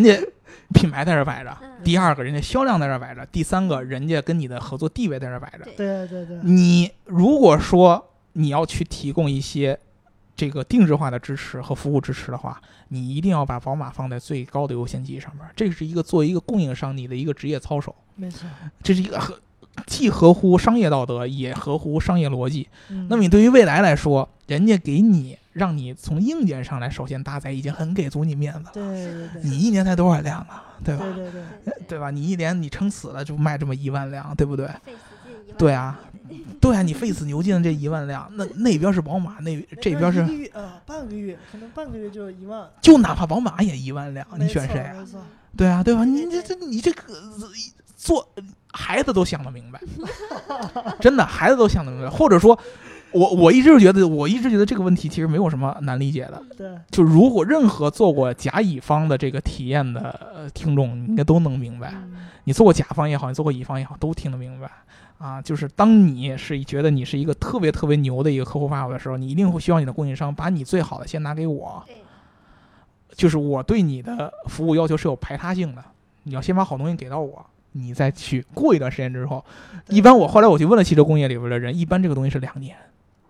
品牌在这摆着，第二个人家销量在这摆着，第三个人家跟你的合作地位在这摆着。 对对对。 你如果说你要去提供一些这个定制化的支持和服务支持的话，你一定要把宝马放在最高的优先级上面。这是一个作为一个供应商你的一个职业操守。 没错。 这是一个既合乎商业道德也合乎商业逻辑。那么你对于未来来说，人家给你让你从硬件上来首先搭载，已经很给足你面子了。 对对对。 你一年才多少辆啊？对吧？ 对对对。 对吧？你一年你撑死了就卖这么1万辆，对不对？对啊。对啊，你费死牛劲这1万辆，那边是宝马，这边是半个月，可能半个月就1万， 就哪怕宝马也1万辆，你选谁啊？对啊，对吧？你这个做孩子都想得明白，真的孩子都想得明白。或者说，我一直觉得这个问题其实没有什么难理解的。 对， 就如果任何做过甲乙方的这个体验的听众，应该都能明白。你做过甲方也好，你做过乙方也好，都听得明白。啊，就是当你是觉得你是一个特别特别牛的一个客户 file 的时候，你一定会需要你的供应商把你最好的先拿给我。就是我对你的服务要求是有排他性的，你要先把好东西给到我，你再去过一段时间之后，一般后来我去问了汽车工业里边的人，一般这个东西是2年。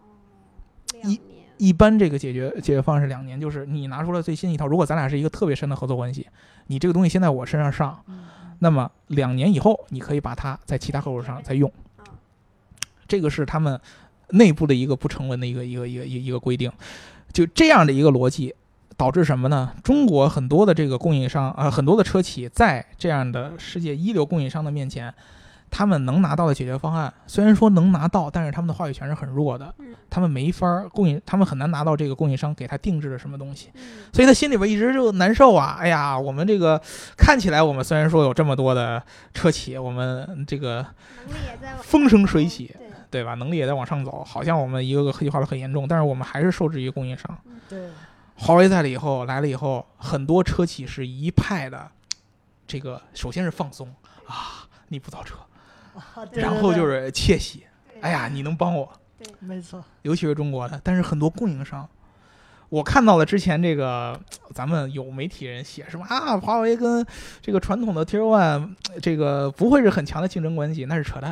一般这个解决方案是2年，就是你拿出了最新一套，如果咱俩是一个特别深的合作关系，你这个东西先在我身上上。那么2年以后，你可以把它在其他客户上再用，这个是他们内部的一个不成文的一个规定。就这样的一个逻辑，导致什么呢？中国很多的这个供应商很多的车企在这样的世界一流供应商的面前，他们能拿到的解决方案，虽然说能拿到，但是他们的话语权是很弱的，他们没法他们很难拿到这个供应商给他定制的什么东西，所以他心里边一直就难受啊！哎呀，我们这个看起来我们虽然说有这么多的车企，我们这个风生水起，对吧？能力也在往上走，好像我们一个个科技化的很严重，但是我们还是受制于供应商。 对， 华为来了以后，很多车企是一派的，这个首先是放松啊，你不造车。然后就是窃喜，哎呀，你能帮我？ 没错， 尤其是中国的，但是很多供应商，我看到了之前这个咱们有媒体人写什么啊，华为跟这个传统的 Tier 1这个不会是很强的竞争关系，那是扯淡。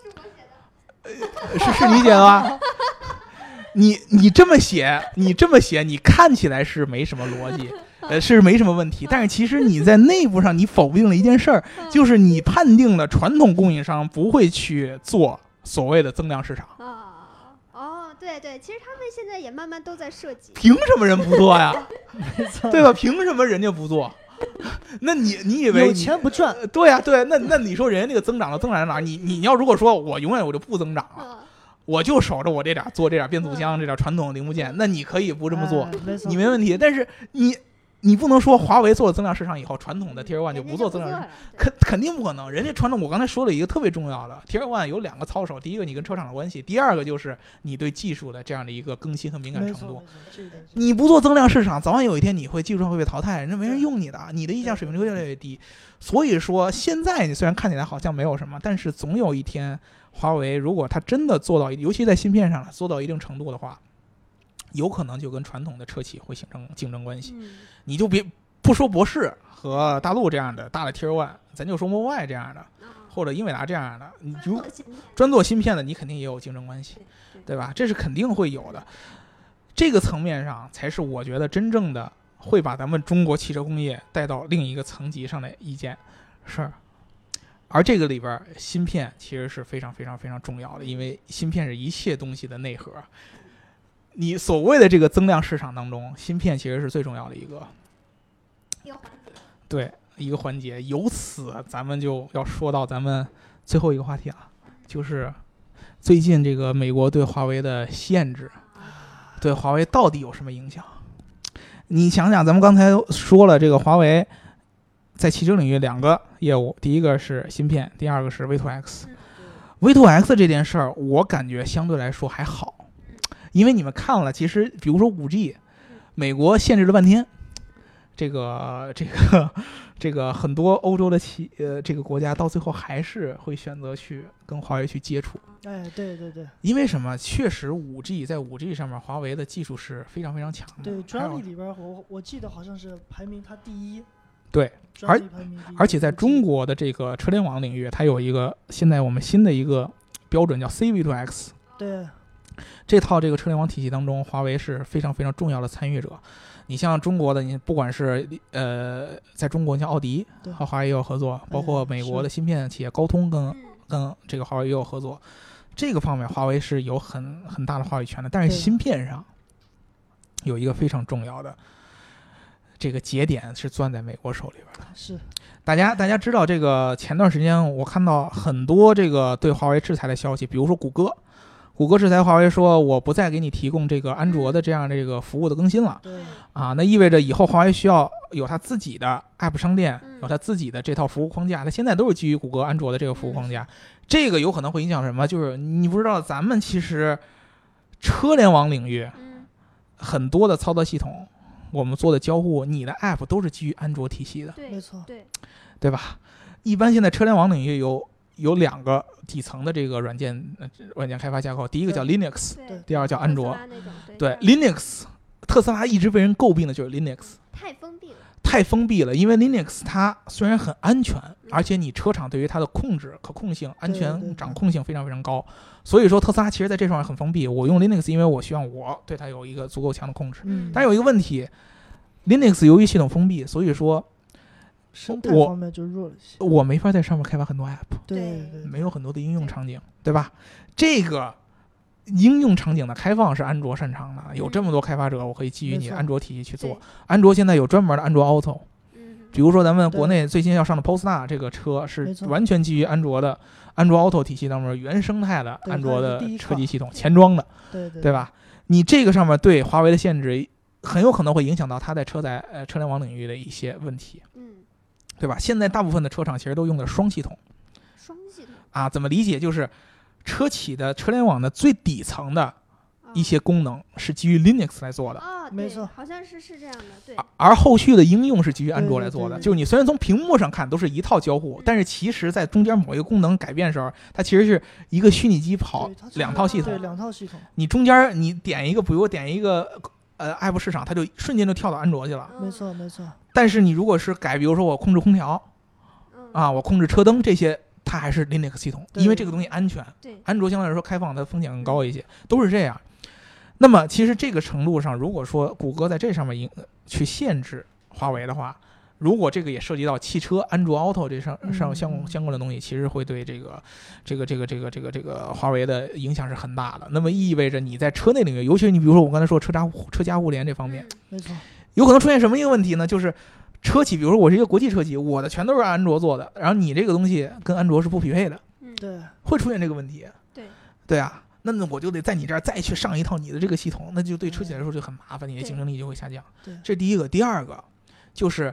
是你写的吗？你这么写，你看起来是没什么逻辑。是没什么问题，但是其实你在内部上你否定了一件事儿，就是你判定了传统供应商不会去做所谓的增量市场。 对对，其实他们现在也慢慢都在设计。 凭什么人不做呀？对吧？凭什么人家不做？那你以为有钱不赚？ 对呀，对，那你说人家那个增长在哪？你要如果说我永远我就不增长了。我就守着我这点做这点变速箱这点传统零部件，那你可以不这么做，你没问题。但是你不能说华为做了增量市场以后，传统的 Tier 1就不做增量市场，肯定不可能。人家传统，我刚才说了一个特别重要的 Tier 1有2个操守，第一个你跟车厂的关系，第二个就是你对技术的这样的一个更新和敏感程度。你不做增量市场，早晚有一天你会技术上会被淘汰，人家没人用你的，你的溢价水平就会越来越低。所以说现在你虽然看起来好像没有什么，但是总有一天华为如果它真的做到，尤其在芯片上做到一定程度的话，有可能就跟传统的车企会形成竞争关系。你就不说博世和大陆这样的大的 Tier 1，咱就说 Mobileye 这样的，或者英伟达这样的，你就专做芯片的，你肯定也有竞争关系，对吧？这是肯定会有的。这个层面上才是我觉得真正的会把咱们中国汽车工业带到另一个层级上的一件事儿。而这个里边芯片其实是非常非常非常重要的，因为芯片是一切东西的内核。你所谓的这个增量市场当中，芯片其实是最重要的一个环节。由此咱们就要说到咱们最后一个话题了，就是最近这个美国对华为的限制，对华为到底有什么影响？你想想，咱们刚才说了，这个华为在汽车领域2个业务，第一个是芯片，第二个是 V2X。V2X 这件事儿，我感觉相对来说还好。因为你们看了，其实比如说 5G， 美国限制了半天，这个很多欧洲的这个国家到最后还是会选择去跟华为去接触。 哎，对对对。 因为什么？确实在 5G 上面，华为的技术是非常非常强的。 对，专利里边我记得好像是排名它第一。 对，而且在中国的这个车联网领域，它有一个现在我们新的一个标准叫 CV2X。 对， 这套这个车联网体系当中，华为是非常非常重要的参与者。你像中国的，你不管是在中国，你像奥迪和华为也有合作，包括美国的芯片企业高通跟这个华为也有合作。这个方面，华为是有很大的话语权的。但是芯片上有一个非常重要的这个节点是攥在美国手里边的。 是， 大家知道这个前段时间我看到很多这个对华为制裁的消息，比如说谷歌制裁华为说我不再给你提供这个安卓的这样这个服务的更新了。 对啊，那意味着以后华为需要有它自己的 App 商店，有它自己的这套服务框架。它现在都是基于谷歌安卓的这个服务框架。这个有可能会影响什么？就是你不知道，咱们其实车联网领域很多的操作系统，我们做的交互，你的 App 都是基于安卓体系的。 没错， 对吧？一般现在车联网领域有两个底层的这个软件开发架构，第一个叫 Linux， 第二个叫安卓。对 Linux， 特斯拉一直被人诟病的就是 Linux 太封闭了，因为 Linux 它虽然很安全，而且你车厂对于它的控制、可控性、安全掌控性非常非常高，所以说特斯拉其实在这上面很封闭。我用 Linux， 因为我希望我对它有一个足够强的控制。但是有一个问题 ，Linux 由于系统封闭，所以说生态方面就弱了一些， 我没法在上面开发很多 App， 对， 没有很多的应用场景，对吧？这个应用场景的开放是安卓擅长的，有这么多开发者，我可以基于你的安卓体系去做。安卓现在有专门的安卓 Auto， 比如说咱们国内最新要上的 Polestar 这个车是完全基于安卓的安卓 Auto 体系当中原生态的安卓的车机系统前装的，对吧？你这个上面对华为的限制很有可能会影响到它在车联网领域的一些问题，对吧？现在大部分的车厂其实都用的双系统啊，怎么理解？就是车企的车联网的最底层的一些功能是基于 Linux 来做的， 没错， 好像是这样的，对。 而后续的应用是基于安卓来做的，就是你虽然从屏幕上看都是一套交互，但是其实在中间某一个功能改变的时候，它其实是一个虚拟机跑两套系统， 对，两套系统。 你中间你点一个，比如我点一个App 市场，它就瞬间就跳到安卓去了， 没错没错。 但是你如果是改，比如说我控制空调，我控制车灯这些。它还是 Linux 系统，因为这个东西安全，安卓相对来说开放，它风险更高一些，都是这样。那么其实这个程度上，如果说谷歌在这上面去限制华为的话，如果这个也涉及到汽车安卓 Auto 这上相关的东西，其实会对这个华为的影响是很大的。那么意味着你在车内领域，尤其是你比如说我刚才说车家互联这方面， 没错， 有可能出现什么一个问题呢？就是车企，比如说我是一个国际车企，我的全都是安卓做的，然后你这个东西跟安卓是不匹配的， 对， 会出现这个问题，对啊，那我就得在你这儿再去上一套你的这个系统，那就对车企来说就很麻烦，你的竞争力就会下降。这第一个，第二个就是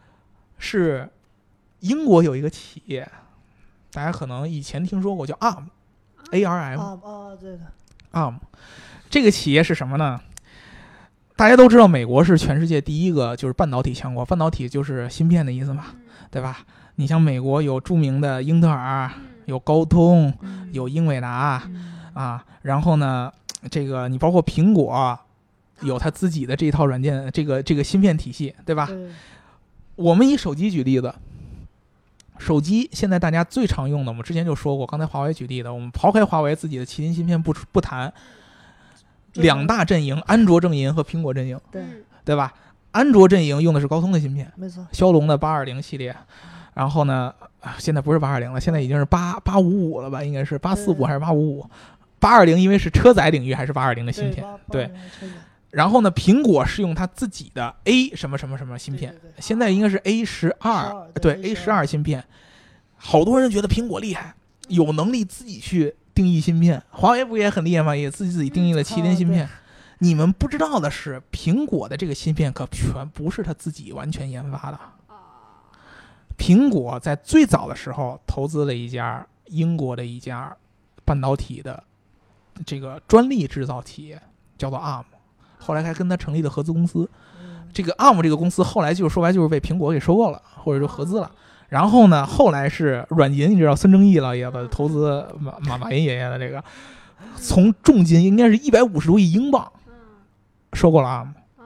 英国有一个企业，大家可能以前听说过，叫 ARM， 对的 ARM， 这个企业是什么呢？大家都知道，美国是全世界第一个就是半导体强国，半导体就是芯片的意思嘛，对吧？你像美国有著名的英特尔，有高通，有英伟达，然后呢，这个你包括苹果，有它自己的这一套软件，这个芯片体系，对吧？我们以手机举例子，手机现在大家最常用的，我们之前就说过，刚才华为举例的，我们抛开华为自己的麒麟芯片不谈。两大阵营，安卓阵营和苹果阵营，对吧？安卓阵营用的是高通的芯片， 没错， 骁龙的820系列，然后呢，现在不是820了，现在已经是855了吧？应该是845还是855？820因为是车载领域还是820的芯片，对。然后呢，苹果是用它自己的 A 什么什么什么芯片，现在应该是 A12，对 A12芯片。好多人觉得苹果厉害，有能力自己去定义芯片，华为不也很厉害吗？也自己定义了麒麟芯片。你们不知道的是，苹果的这个芯片可全不是他自己完全研发的。苹果在最早的时候投资了一家英国的一家半导体的这个专利制造企业，叫做 ARM， 后来还跟他成立了合资公司。这个 ARM 这个公司后来就是说白就是被苹果给收购了，或者说合资了。然后呢，后来是软银，你知道孙正义老爷子投资马云爷爷的这个，从重金应该是150多亿英镑收购了 ARM，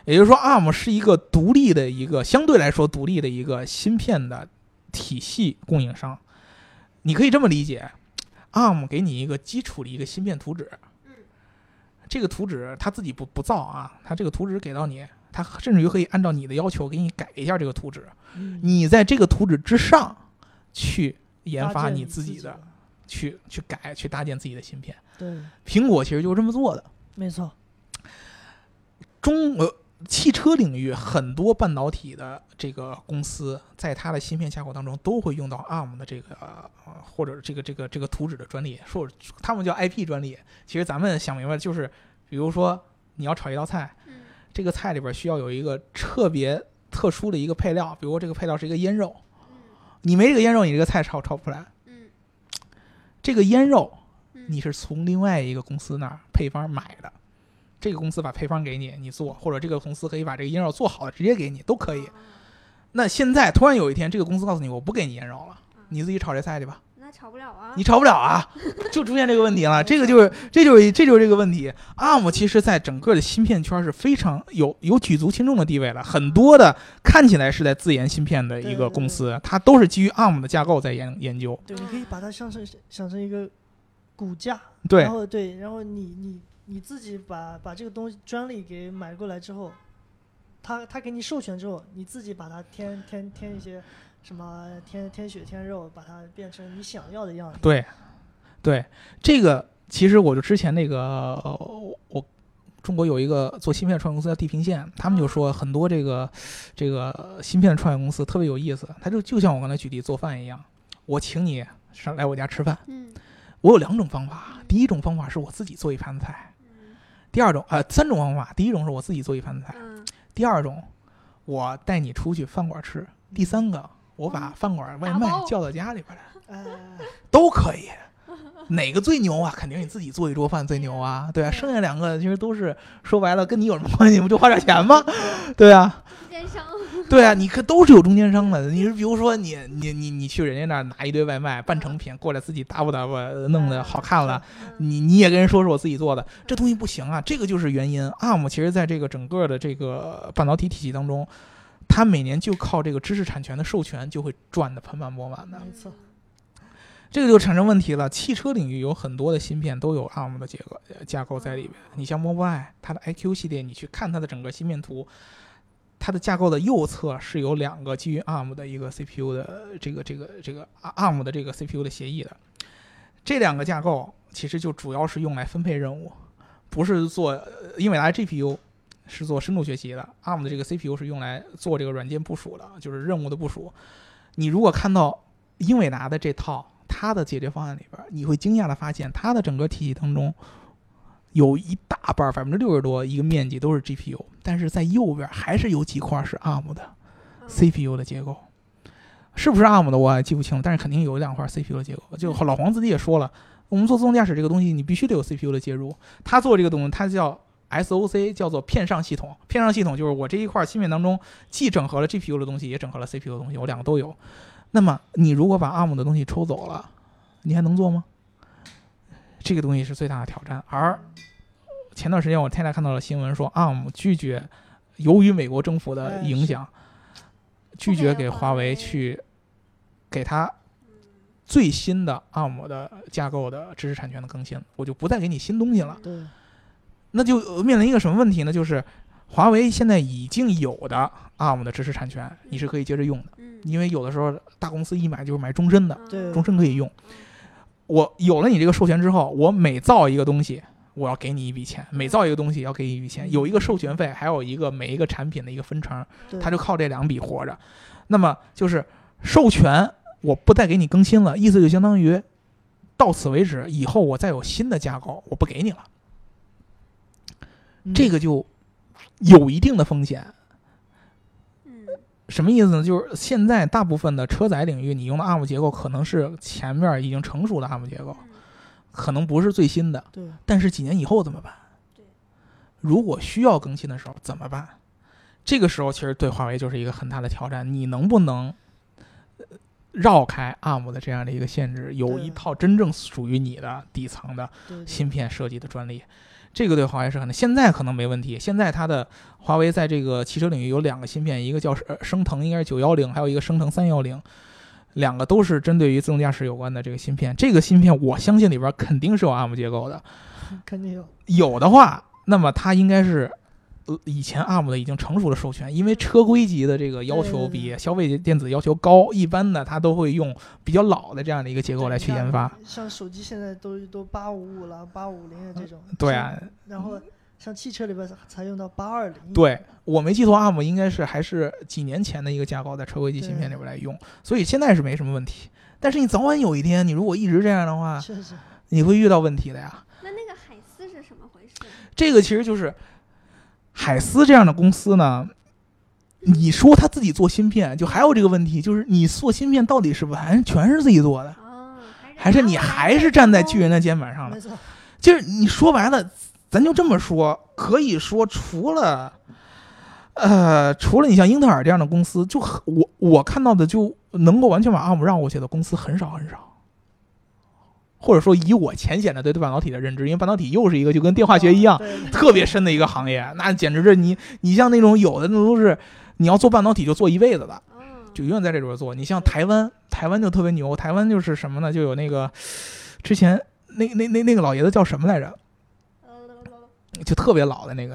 也就是说 ARM 是一个独立的一个相对来说独立的一个芯片的体系供应商。你可以这么理解， ARM 给你一个基础的一个芯片图纸，这个图纸他自己不造啊，他这个图纸给到你，他甚至于可以按照你的要求给你改一下这个图纸，你在这个图纸之上去研发你自己的，去改去搭建自己的芯片。 对， 苹果其实就是这么做的。 没错。 汽车领域很多半导体的这个公司，在它的芯片架构当中都会用到 ARM 的这个或者这个图纸的专利，说他们叫 IP 专利。其实咱们想明白就是，比如说你要炒一道菜，这个菜里边需要有一个特别特殊的一个配料，比如说这个配料是一个腌肉，你没这个腌肉，你这个菜炒不出来。这个腌肉你是从另外一个公司那儿配方买的。这个公司把配方给你，你做，或者这个公司可以把这个腌肉做好了直接给你，都可以。那现在突然有一天，这个公司告诉你，我不给你腌肉了，你自己炒这菜去吧。 那炒不了啊， 你炒不了啊，就出现这个问题了。这就是这个问题。ARM 其实在整个的芯片圈是非常有举足轻重的地位的，很多的看起来是在自研芯片的一个公司，它都是基于 ARM 的架构在研究。 对，你可以把它想成一个骨架。 对。 然后你自己把这个东西专利给买过来之后，他给你授权之后，你自己把它添一些什么添血添肉，把它变成你想要的样子。 对，这个其实我就之前那个我中国有一个做芯片创业公司叫地平线，他们就说很多这个芯片创业公司特别有意思，他就像我刚才举例做饭一样，我请你上来我家吃饭，我有2种方法，第一种方法是我自己做一盘菜。3种方法，第一种是我自己做一盘菜，第2种我带你出去饭馆吃，第3个我把饭馆外卖叫到家里边来，都可以。哪个最牛啊？肯定你自己做一桌饭最牛啊，对啊。剩下2个其实都是说白了跟你有什么关系？不就花点钱吗？对啊。 中间商。 对啊，你可都是有中间商的。你比如说你去人家那儿拿一堆外卖半成品过来，自己打不弄得好看了，你也跟人说是我自己做的，这东西不行啊。这个就是原因。ARM 其实在这个整个的这个半导体体系当中，它每年就靠这个知识产权的授权就会赚得盆满钵满的。 没错。 这个就产生问题了。汽车领域有很多的芯片都有 ARM 的架构在里边。你像 Mobileye 它的 IQ 系列，你去看它的整个芯片图，它的架构的右侧是有2个基于 ARM 的一个 CPU 的这个 ARM 的这个 CPU 的协议的。这2个架构其实就主要是用来分配任务，不是做英伟达 GPU 是做深度学习的， ARM 的这个 CPU 是用来做这个软件部署的，就是任务的部署。你如果看到英伟达的这套它的解决方案里边，你会惊讶的发现它的整个体系当中有一大半60%多一个面积都是 GPU， 但是在右边还是有几块是 ARM 的 CPU 的结构，是不是 ARM 的我也记不清，但是肯定有2块 CPU 的结构。就老黄自己也说了，我们做自动驾驶这个东西你必须得有 CPU 的介入，他做这个东西它叫 SOC， 叫做片上系统。片上系统就是我这一块芯片当中既整合了 GPU 的东西也整合了 CPU 的东西，我2个都有。那么你如果把 ARM 的东西抽走了，你还能做吗？这个东西是最大的挑战。而前段时间我天天看到了新闻说 ARM 拒绝，由于美国政府的影响，拒绝给华为去给他最新的 ARM 的架构的知识产权的更新，我就不再给你新东西了。 对， 那就面临一个什么问题呢？就是华为现在已经有的 ARM 的知识产权你是可以接着用的，因为有的时候大公司一买就是买终身的，终身可以用。我有了你这个授权之后，我每造一个东西我要给你一笔钱，每造一个东西要给你一笔钱，有一个授权费，还有一个每一个产品的一个分成，它就靠这2笔活着。那么就是授权我不再给你更新了，意思就相当于到此为止，以后我再有新的架构我不给你了，这个就有一定的风险。什么意思呢？就是现在大部分的车载领域你用的 ARM 结构可能是前面已经成熟的 ARM 结构，可能不是最新的，但是几年以后怎么办？如果需要更新的时候怎么办？这个时候其实对华为就是一个很大的挑战，你能不能绕开 ARM 的这样的一个限制，有一套真正属于你的底层的芯片设计的专利。 这个对华为是很，现在可能没问题。现在它的华为在这个汽车领域有2个芯片，一个叫升腾，应该是910，还有一个升腾310，2个都是针对于自动驾驶有关的这个芯片。这个芯片我相信里边肯定是有 ARM 结构的， 肯定有。 有的话，那么它应该是以前 ARM 的已经成熟的授权，因为车规级的这个要求比消费电子要求高，一般的它都会用比较老的这样的一个结构来去研发。 像手机现在都855了、850这种。 对啊。 然后像汽车里边才用到820。 对，我没记错 ，ARM 应该是还是几年前的一个架构，在车规级芯片里边来用，所以现在是没什么问题。但是你早晚有一天，你如果一直这样的话， 确实你会遇到问题的呀。 那个海思是什么回事？ 这个其实就是海思这样的公司呢，你说他自己做芯片，就还有这个问题，就是你做芯片到底是完全是自己做的，还是你还是站在巨人的肩膀上了？就是你说白了，咱就这么说，可以说除了你像英特尔这样的公司，就我看到的就能够完全把 ARM 让过去的公司很少很少。或者说以我浅显的对半导体的认知，因为半导体又是一个就跟电化学一样特别深的一个行业，那简直是你像那种有的那都是你要做半导体就做一辈子的，就永远在这里边做。你像台湾就特别牛，台湾就是什么呢？就有那个之前那个老爷子叫什么来着？就特别老的那个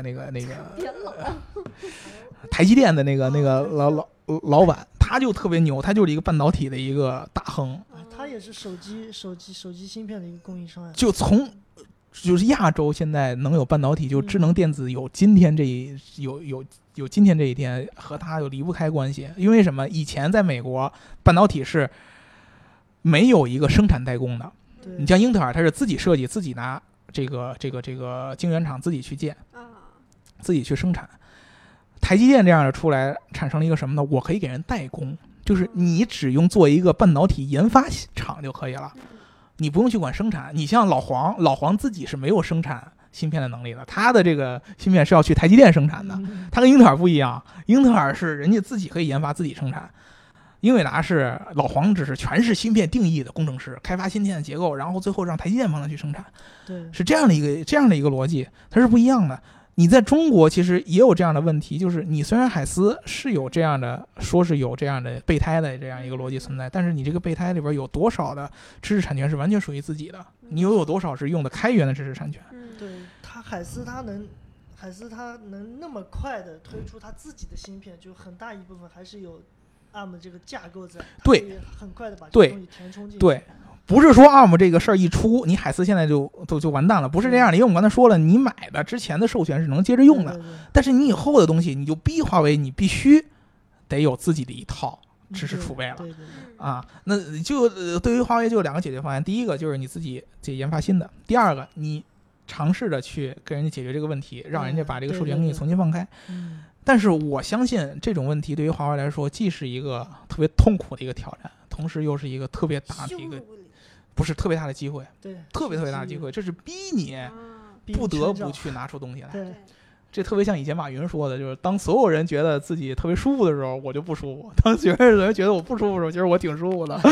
台积电的那个老板，他就特别牛，他就是一个半导体的一个大亨。 他也是手机芯片的一个供应商呀。 就是亚洲现在能有半导体，就智能电子有今天有今天这一天，和他有离不开关系。因为什么？以前在美国，半导体是没有一个生产代工的。你像英特尔，它是自己设计，自己拿这个晶圆厂自己去建，自己去生产。台积电这样的出来，产生了一个什么呢？我可以给人代工。就是你只用做一个半导体研发厂就可以了，你不用去管生产。你像老黄自己是没有生产芯片的能力的，他的这个芯片是要去台积电生产的，他跟英特尔不一样，英特尔是人家自己可以研发自己生产，英伟达是老黄只是全是芯片定义的工程师，开发芯片的结构，然后最后让台积电帮他去生产，是这样的一个逻辑，它是不一样的。你在中国其实也有这样的问题，就是你虽然海思是有这样的，说是有这样的备胎的这样一个逻辑存在，但是你这个备胎里边有多少的知识产权是完全属于自己的？你又有多少是用的开源的知识产权？ 对，海思它能那么快的推出它自己的芯片，就很大一部分还是有 ARM 这个架构在， 对， 很快的把这个东西填充进去。 对。不是说 ARM 这个事儿一出，你海思现在就完蛋了，不是这样的。因为我们刚才说了，你买的之前的授权是能接着用的，但是你以后的东西，你就逼华为，你必须得有自己的一套知识储备了啊。那就对于华为就有2个解决方案，第一个就是你自己研发新的，第二个你尝试着去跟人家解决这个问题，让人家把这个授权给你重新放开。但是我相信这种问题对于华为来说，既是一个特别痛苦的一个挑战，同时又是一个特别大的一个。不是特别大的机会， 对， 特别大的机会，这是逼你不得不去拿出东西来。这特别像以前马云说的，就是当所有人觉得自己特别舒服的时候，我就不舒服；当所有人觉得我不舒服的时候，其实我挺舒服的。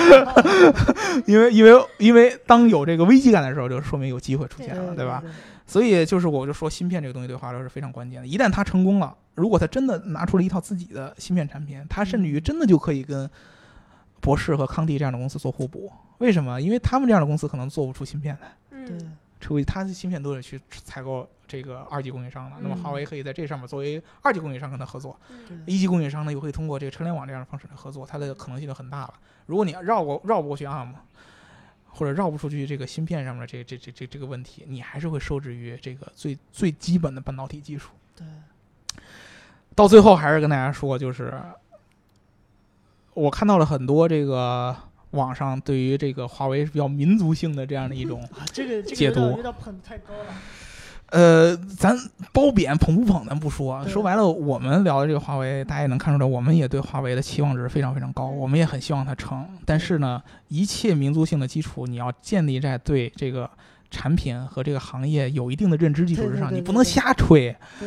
因为当有这个危机感的时候，就说明有机会出现了，对吧？所以我就说芯片这个东西对华为是非常关键的。一旦它成功了，如果它真的拿出了一套自己的芯片产品，它甚至于真的就可以跟博世和康迪这样的公司做互补。为什么？因为他们这样的公司可能做不出芯片来，除非他的芯片都得去采购这个2级供应商了。那么华为可以在这上面作为2级供应商跟他合作，1级供应商呢又可以通过这个车联网这样的方式来合作，它的可能性就很大了。如果你绕不过去 ARM， 或者绕不出去这个芯片上面这个问题，你还是会受制于这个最基本的半导体技术。 对， 到最后还是跟大家说，就是我看到了很多这个网上对于这个华为比较民族性的这样的一种解读， 有点捧太高了。 咱褒贬捧不捧咱不说，说白了，我们聊的这个华为，大家也能看出来，我们也对华为的期望值非常非常高，我们也很希望它成。但是呢，一切民族性的基础，你要建立在对这个产品和这个行业有一定的认知基础之上，你不能瞎吹。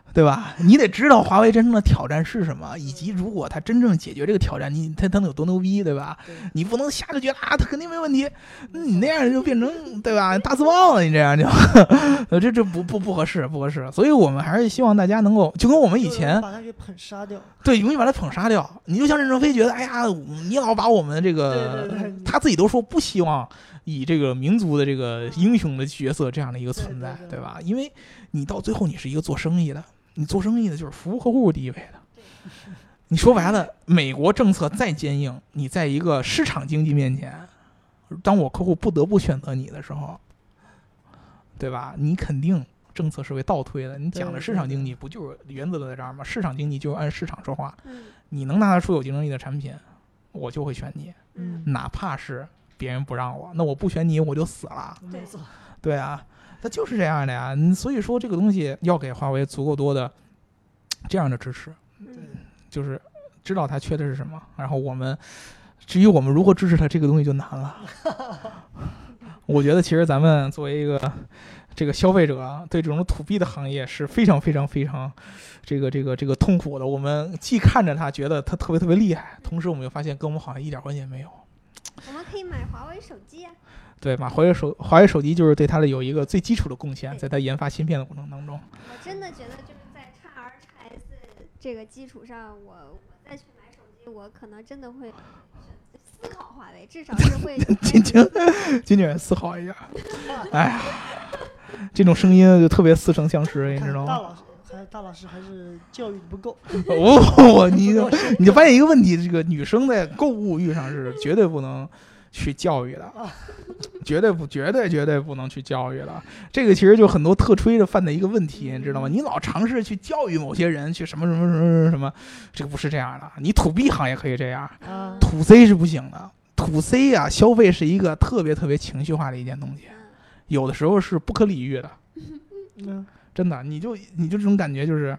对吧？你得知道华为真正的挑战是什么，以及如果它真正解决这个挑战，他能有多牛逼，对吧？你不能瞎就觉得啊，他肯定没问题，你那样就变成对吧大字报了，你这样就，这不合适，不合适。所以我们还是希望大家能够，就跟我们以前把它给捧杀掉， 对，容易把它捧杀掉。你就像任正非觉得，哎呀，你老把我们这个，他自己都说不希望以这个民族的这个英雄的角色这样的一个存在，对吧？因为你到最后你是一个做生意的。你做生意的就是服务客户第一位的，你说白了，美国政策再坚硬，你在一个市场经济面前，当我客户不得不选择你的时候，对吧？你肯定政策是会倒推的。你讲的市场经济不就是原则都在这儿吗？市场经济就是按市场说话，你能拿得出有竞争力的产品，我就会选你，哪怕是别人不让我，那我不选你我就死了，对啊。它就是这样的呀，所以说这个东西要给华为足够多的这样的支持，就是知道它缺的是什么，然后至于我们如何支持它，这个东西就难了。我觉得其实咱们作为一个这个消费者，对这种土币的行业是非常非常非常这个痛苦的。我们既看着它觉得它特别特别厉害，同时我们又发现跟我们好像一点关系也没有。 我们可以买华为手机啊。 对，华为手机就是对它的有一个最基础的贡献，在它研发芯片的过程当中。 我真的觉得就是在XR、XS 这个基础上，我再去买手机，我可能真的会思考华为，至少是会仅仅思考一下。哎呀，这种声音就特别似曾相识，你知道吗？ 大老师还是教育不够。 你就发现一个问题，这个女生在购物欲上是绝对不能去教育的，绝对不能去教育的。这个其实就很多特吹着犯的一个问题，你知道吗？你老尝试去教育某些人去什么，这个不是这样的。你to B行业可以这样，to C 是不行的。to C 啊，消费是一个特别特别情绪化的一件东西，有的时候是不可理喻的。真的，你就这种感觉，就是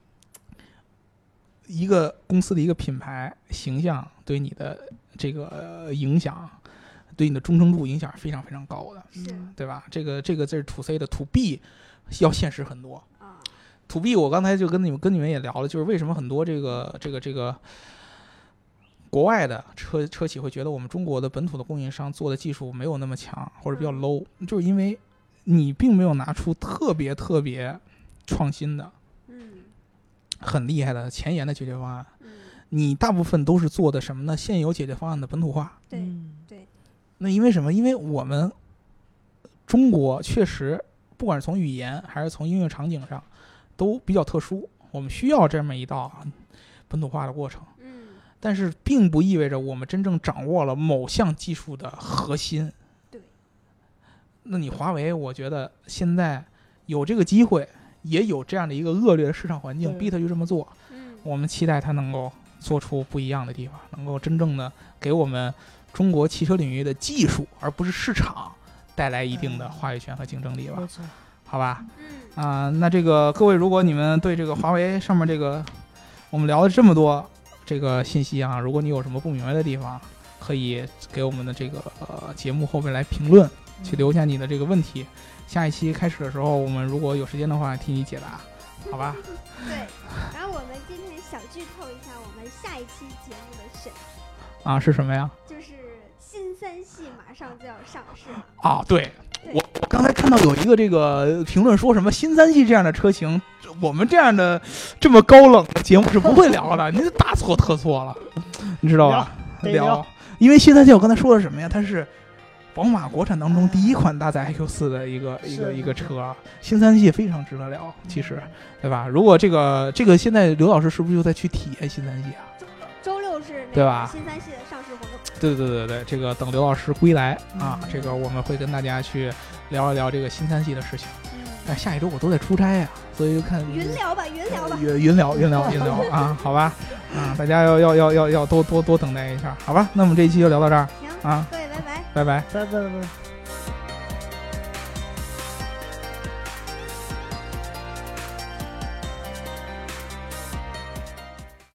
一个公司的一个品牌形象对你的这个影响，对你的忠诚度影响非常非常高的，对吧？这个是 to C 的 ，to B 要现实很多。to B 我刚才就跟你们也聊了，就是为什么很多这个国外的车企会觉得我们中国的本土的供应商做的技术没有那么强，或者比较 low， 就是因为你并没有拿出特别特别创新的、很厉害的前沿的解决方案。你大部分都是做的什么呢？现有解决方案的本土化。 对。 那因为什么？因为我们中国确实，不管是从语言还是从应用场景上，都比较特殊。我们需要这么一道本土化的过程。但是并不意味着我们真正掌握了某项技术的核心。那你华为，我觉得现在有这个机会，也有这样的一个恶劣的市场环境，逼他去这么做。我们期待他能够做出不一样的地方，能够真正的给我们中国汽车领域的技术，而不是市场，带来一定的话语权和竞争力吧。好吧？那这个各位，如果你们对这个华为上面这个我们聊了这么多这个信息啊，如果你有什么不明白的地方，可以给我们的这个节目后面来评论。去留下你的这个问题，下一期开始的时候，我们如果有时间的话，替你解答，好吧？ 对。然后我们今天小剧透一下，我们下一期节目的选题是什么呀？ 就是新3系马上就要上市了。对，我刚才看到有一个这个评论说什么新3系这样的车型，我们这样的这么高冷的节目是不会聊的，您大错特错了，你知道吧？聊，因为新3系我刚才说的什么呀？它是宝马国产当中第一款搭载 iQ4 的一个车，新3系非常值得聊，其实，对吧？如果这个现在刘老师是不是就在去体验新3系啊？ 周6是对吧？ 新3系的上市活动。 对，这个等刘老师归来这个我们会跟大家去聊一聊这个新3系的事情。但下一周我都在出差呀，所以就看云聊吧， 云聊好吧，大家要多等待一下，好吧？那我们这一期就聊到这儿。 行，各位拜拜。 拜拜。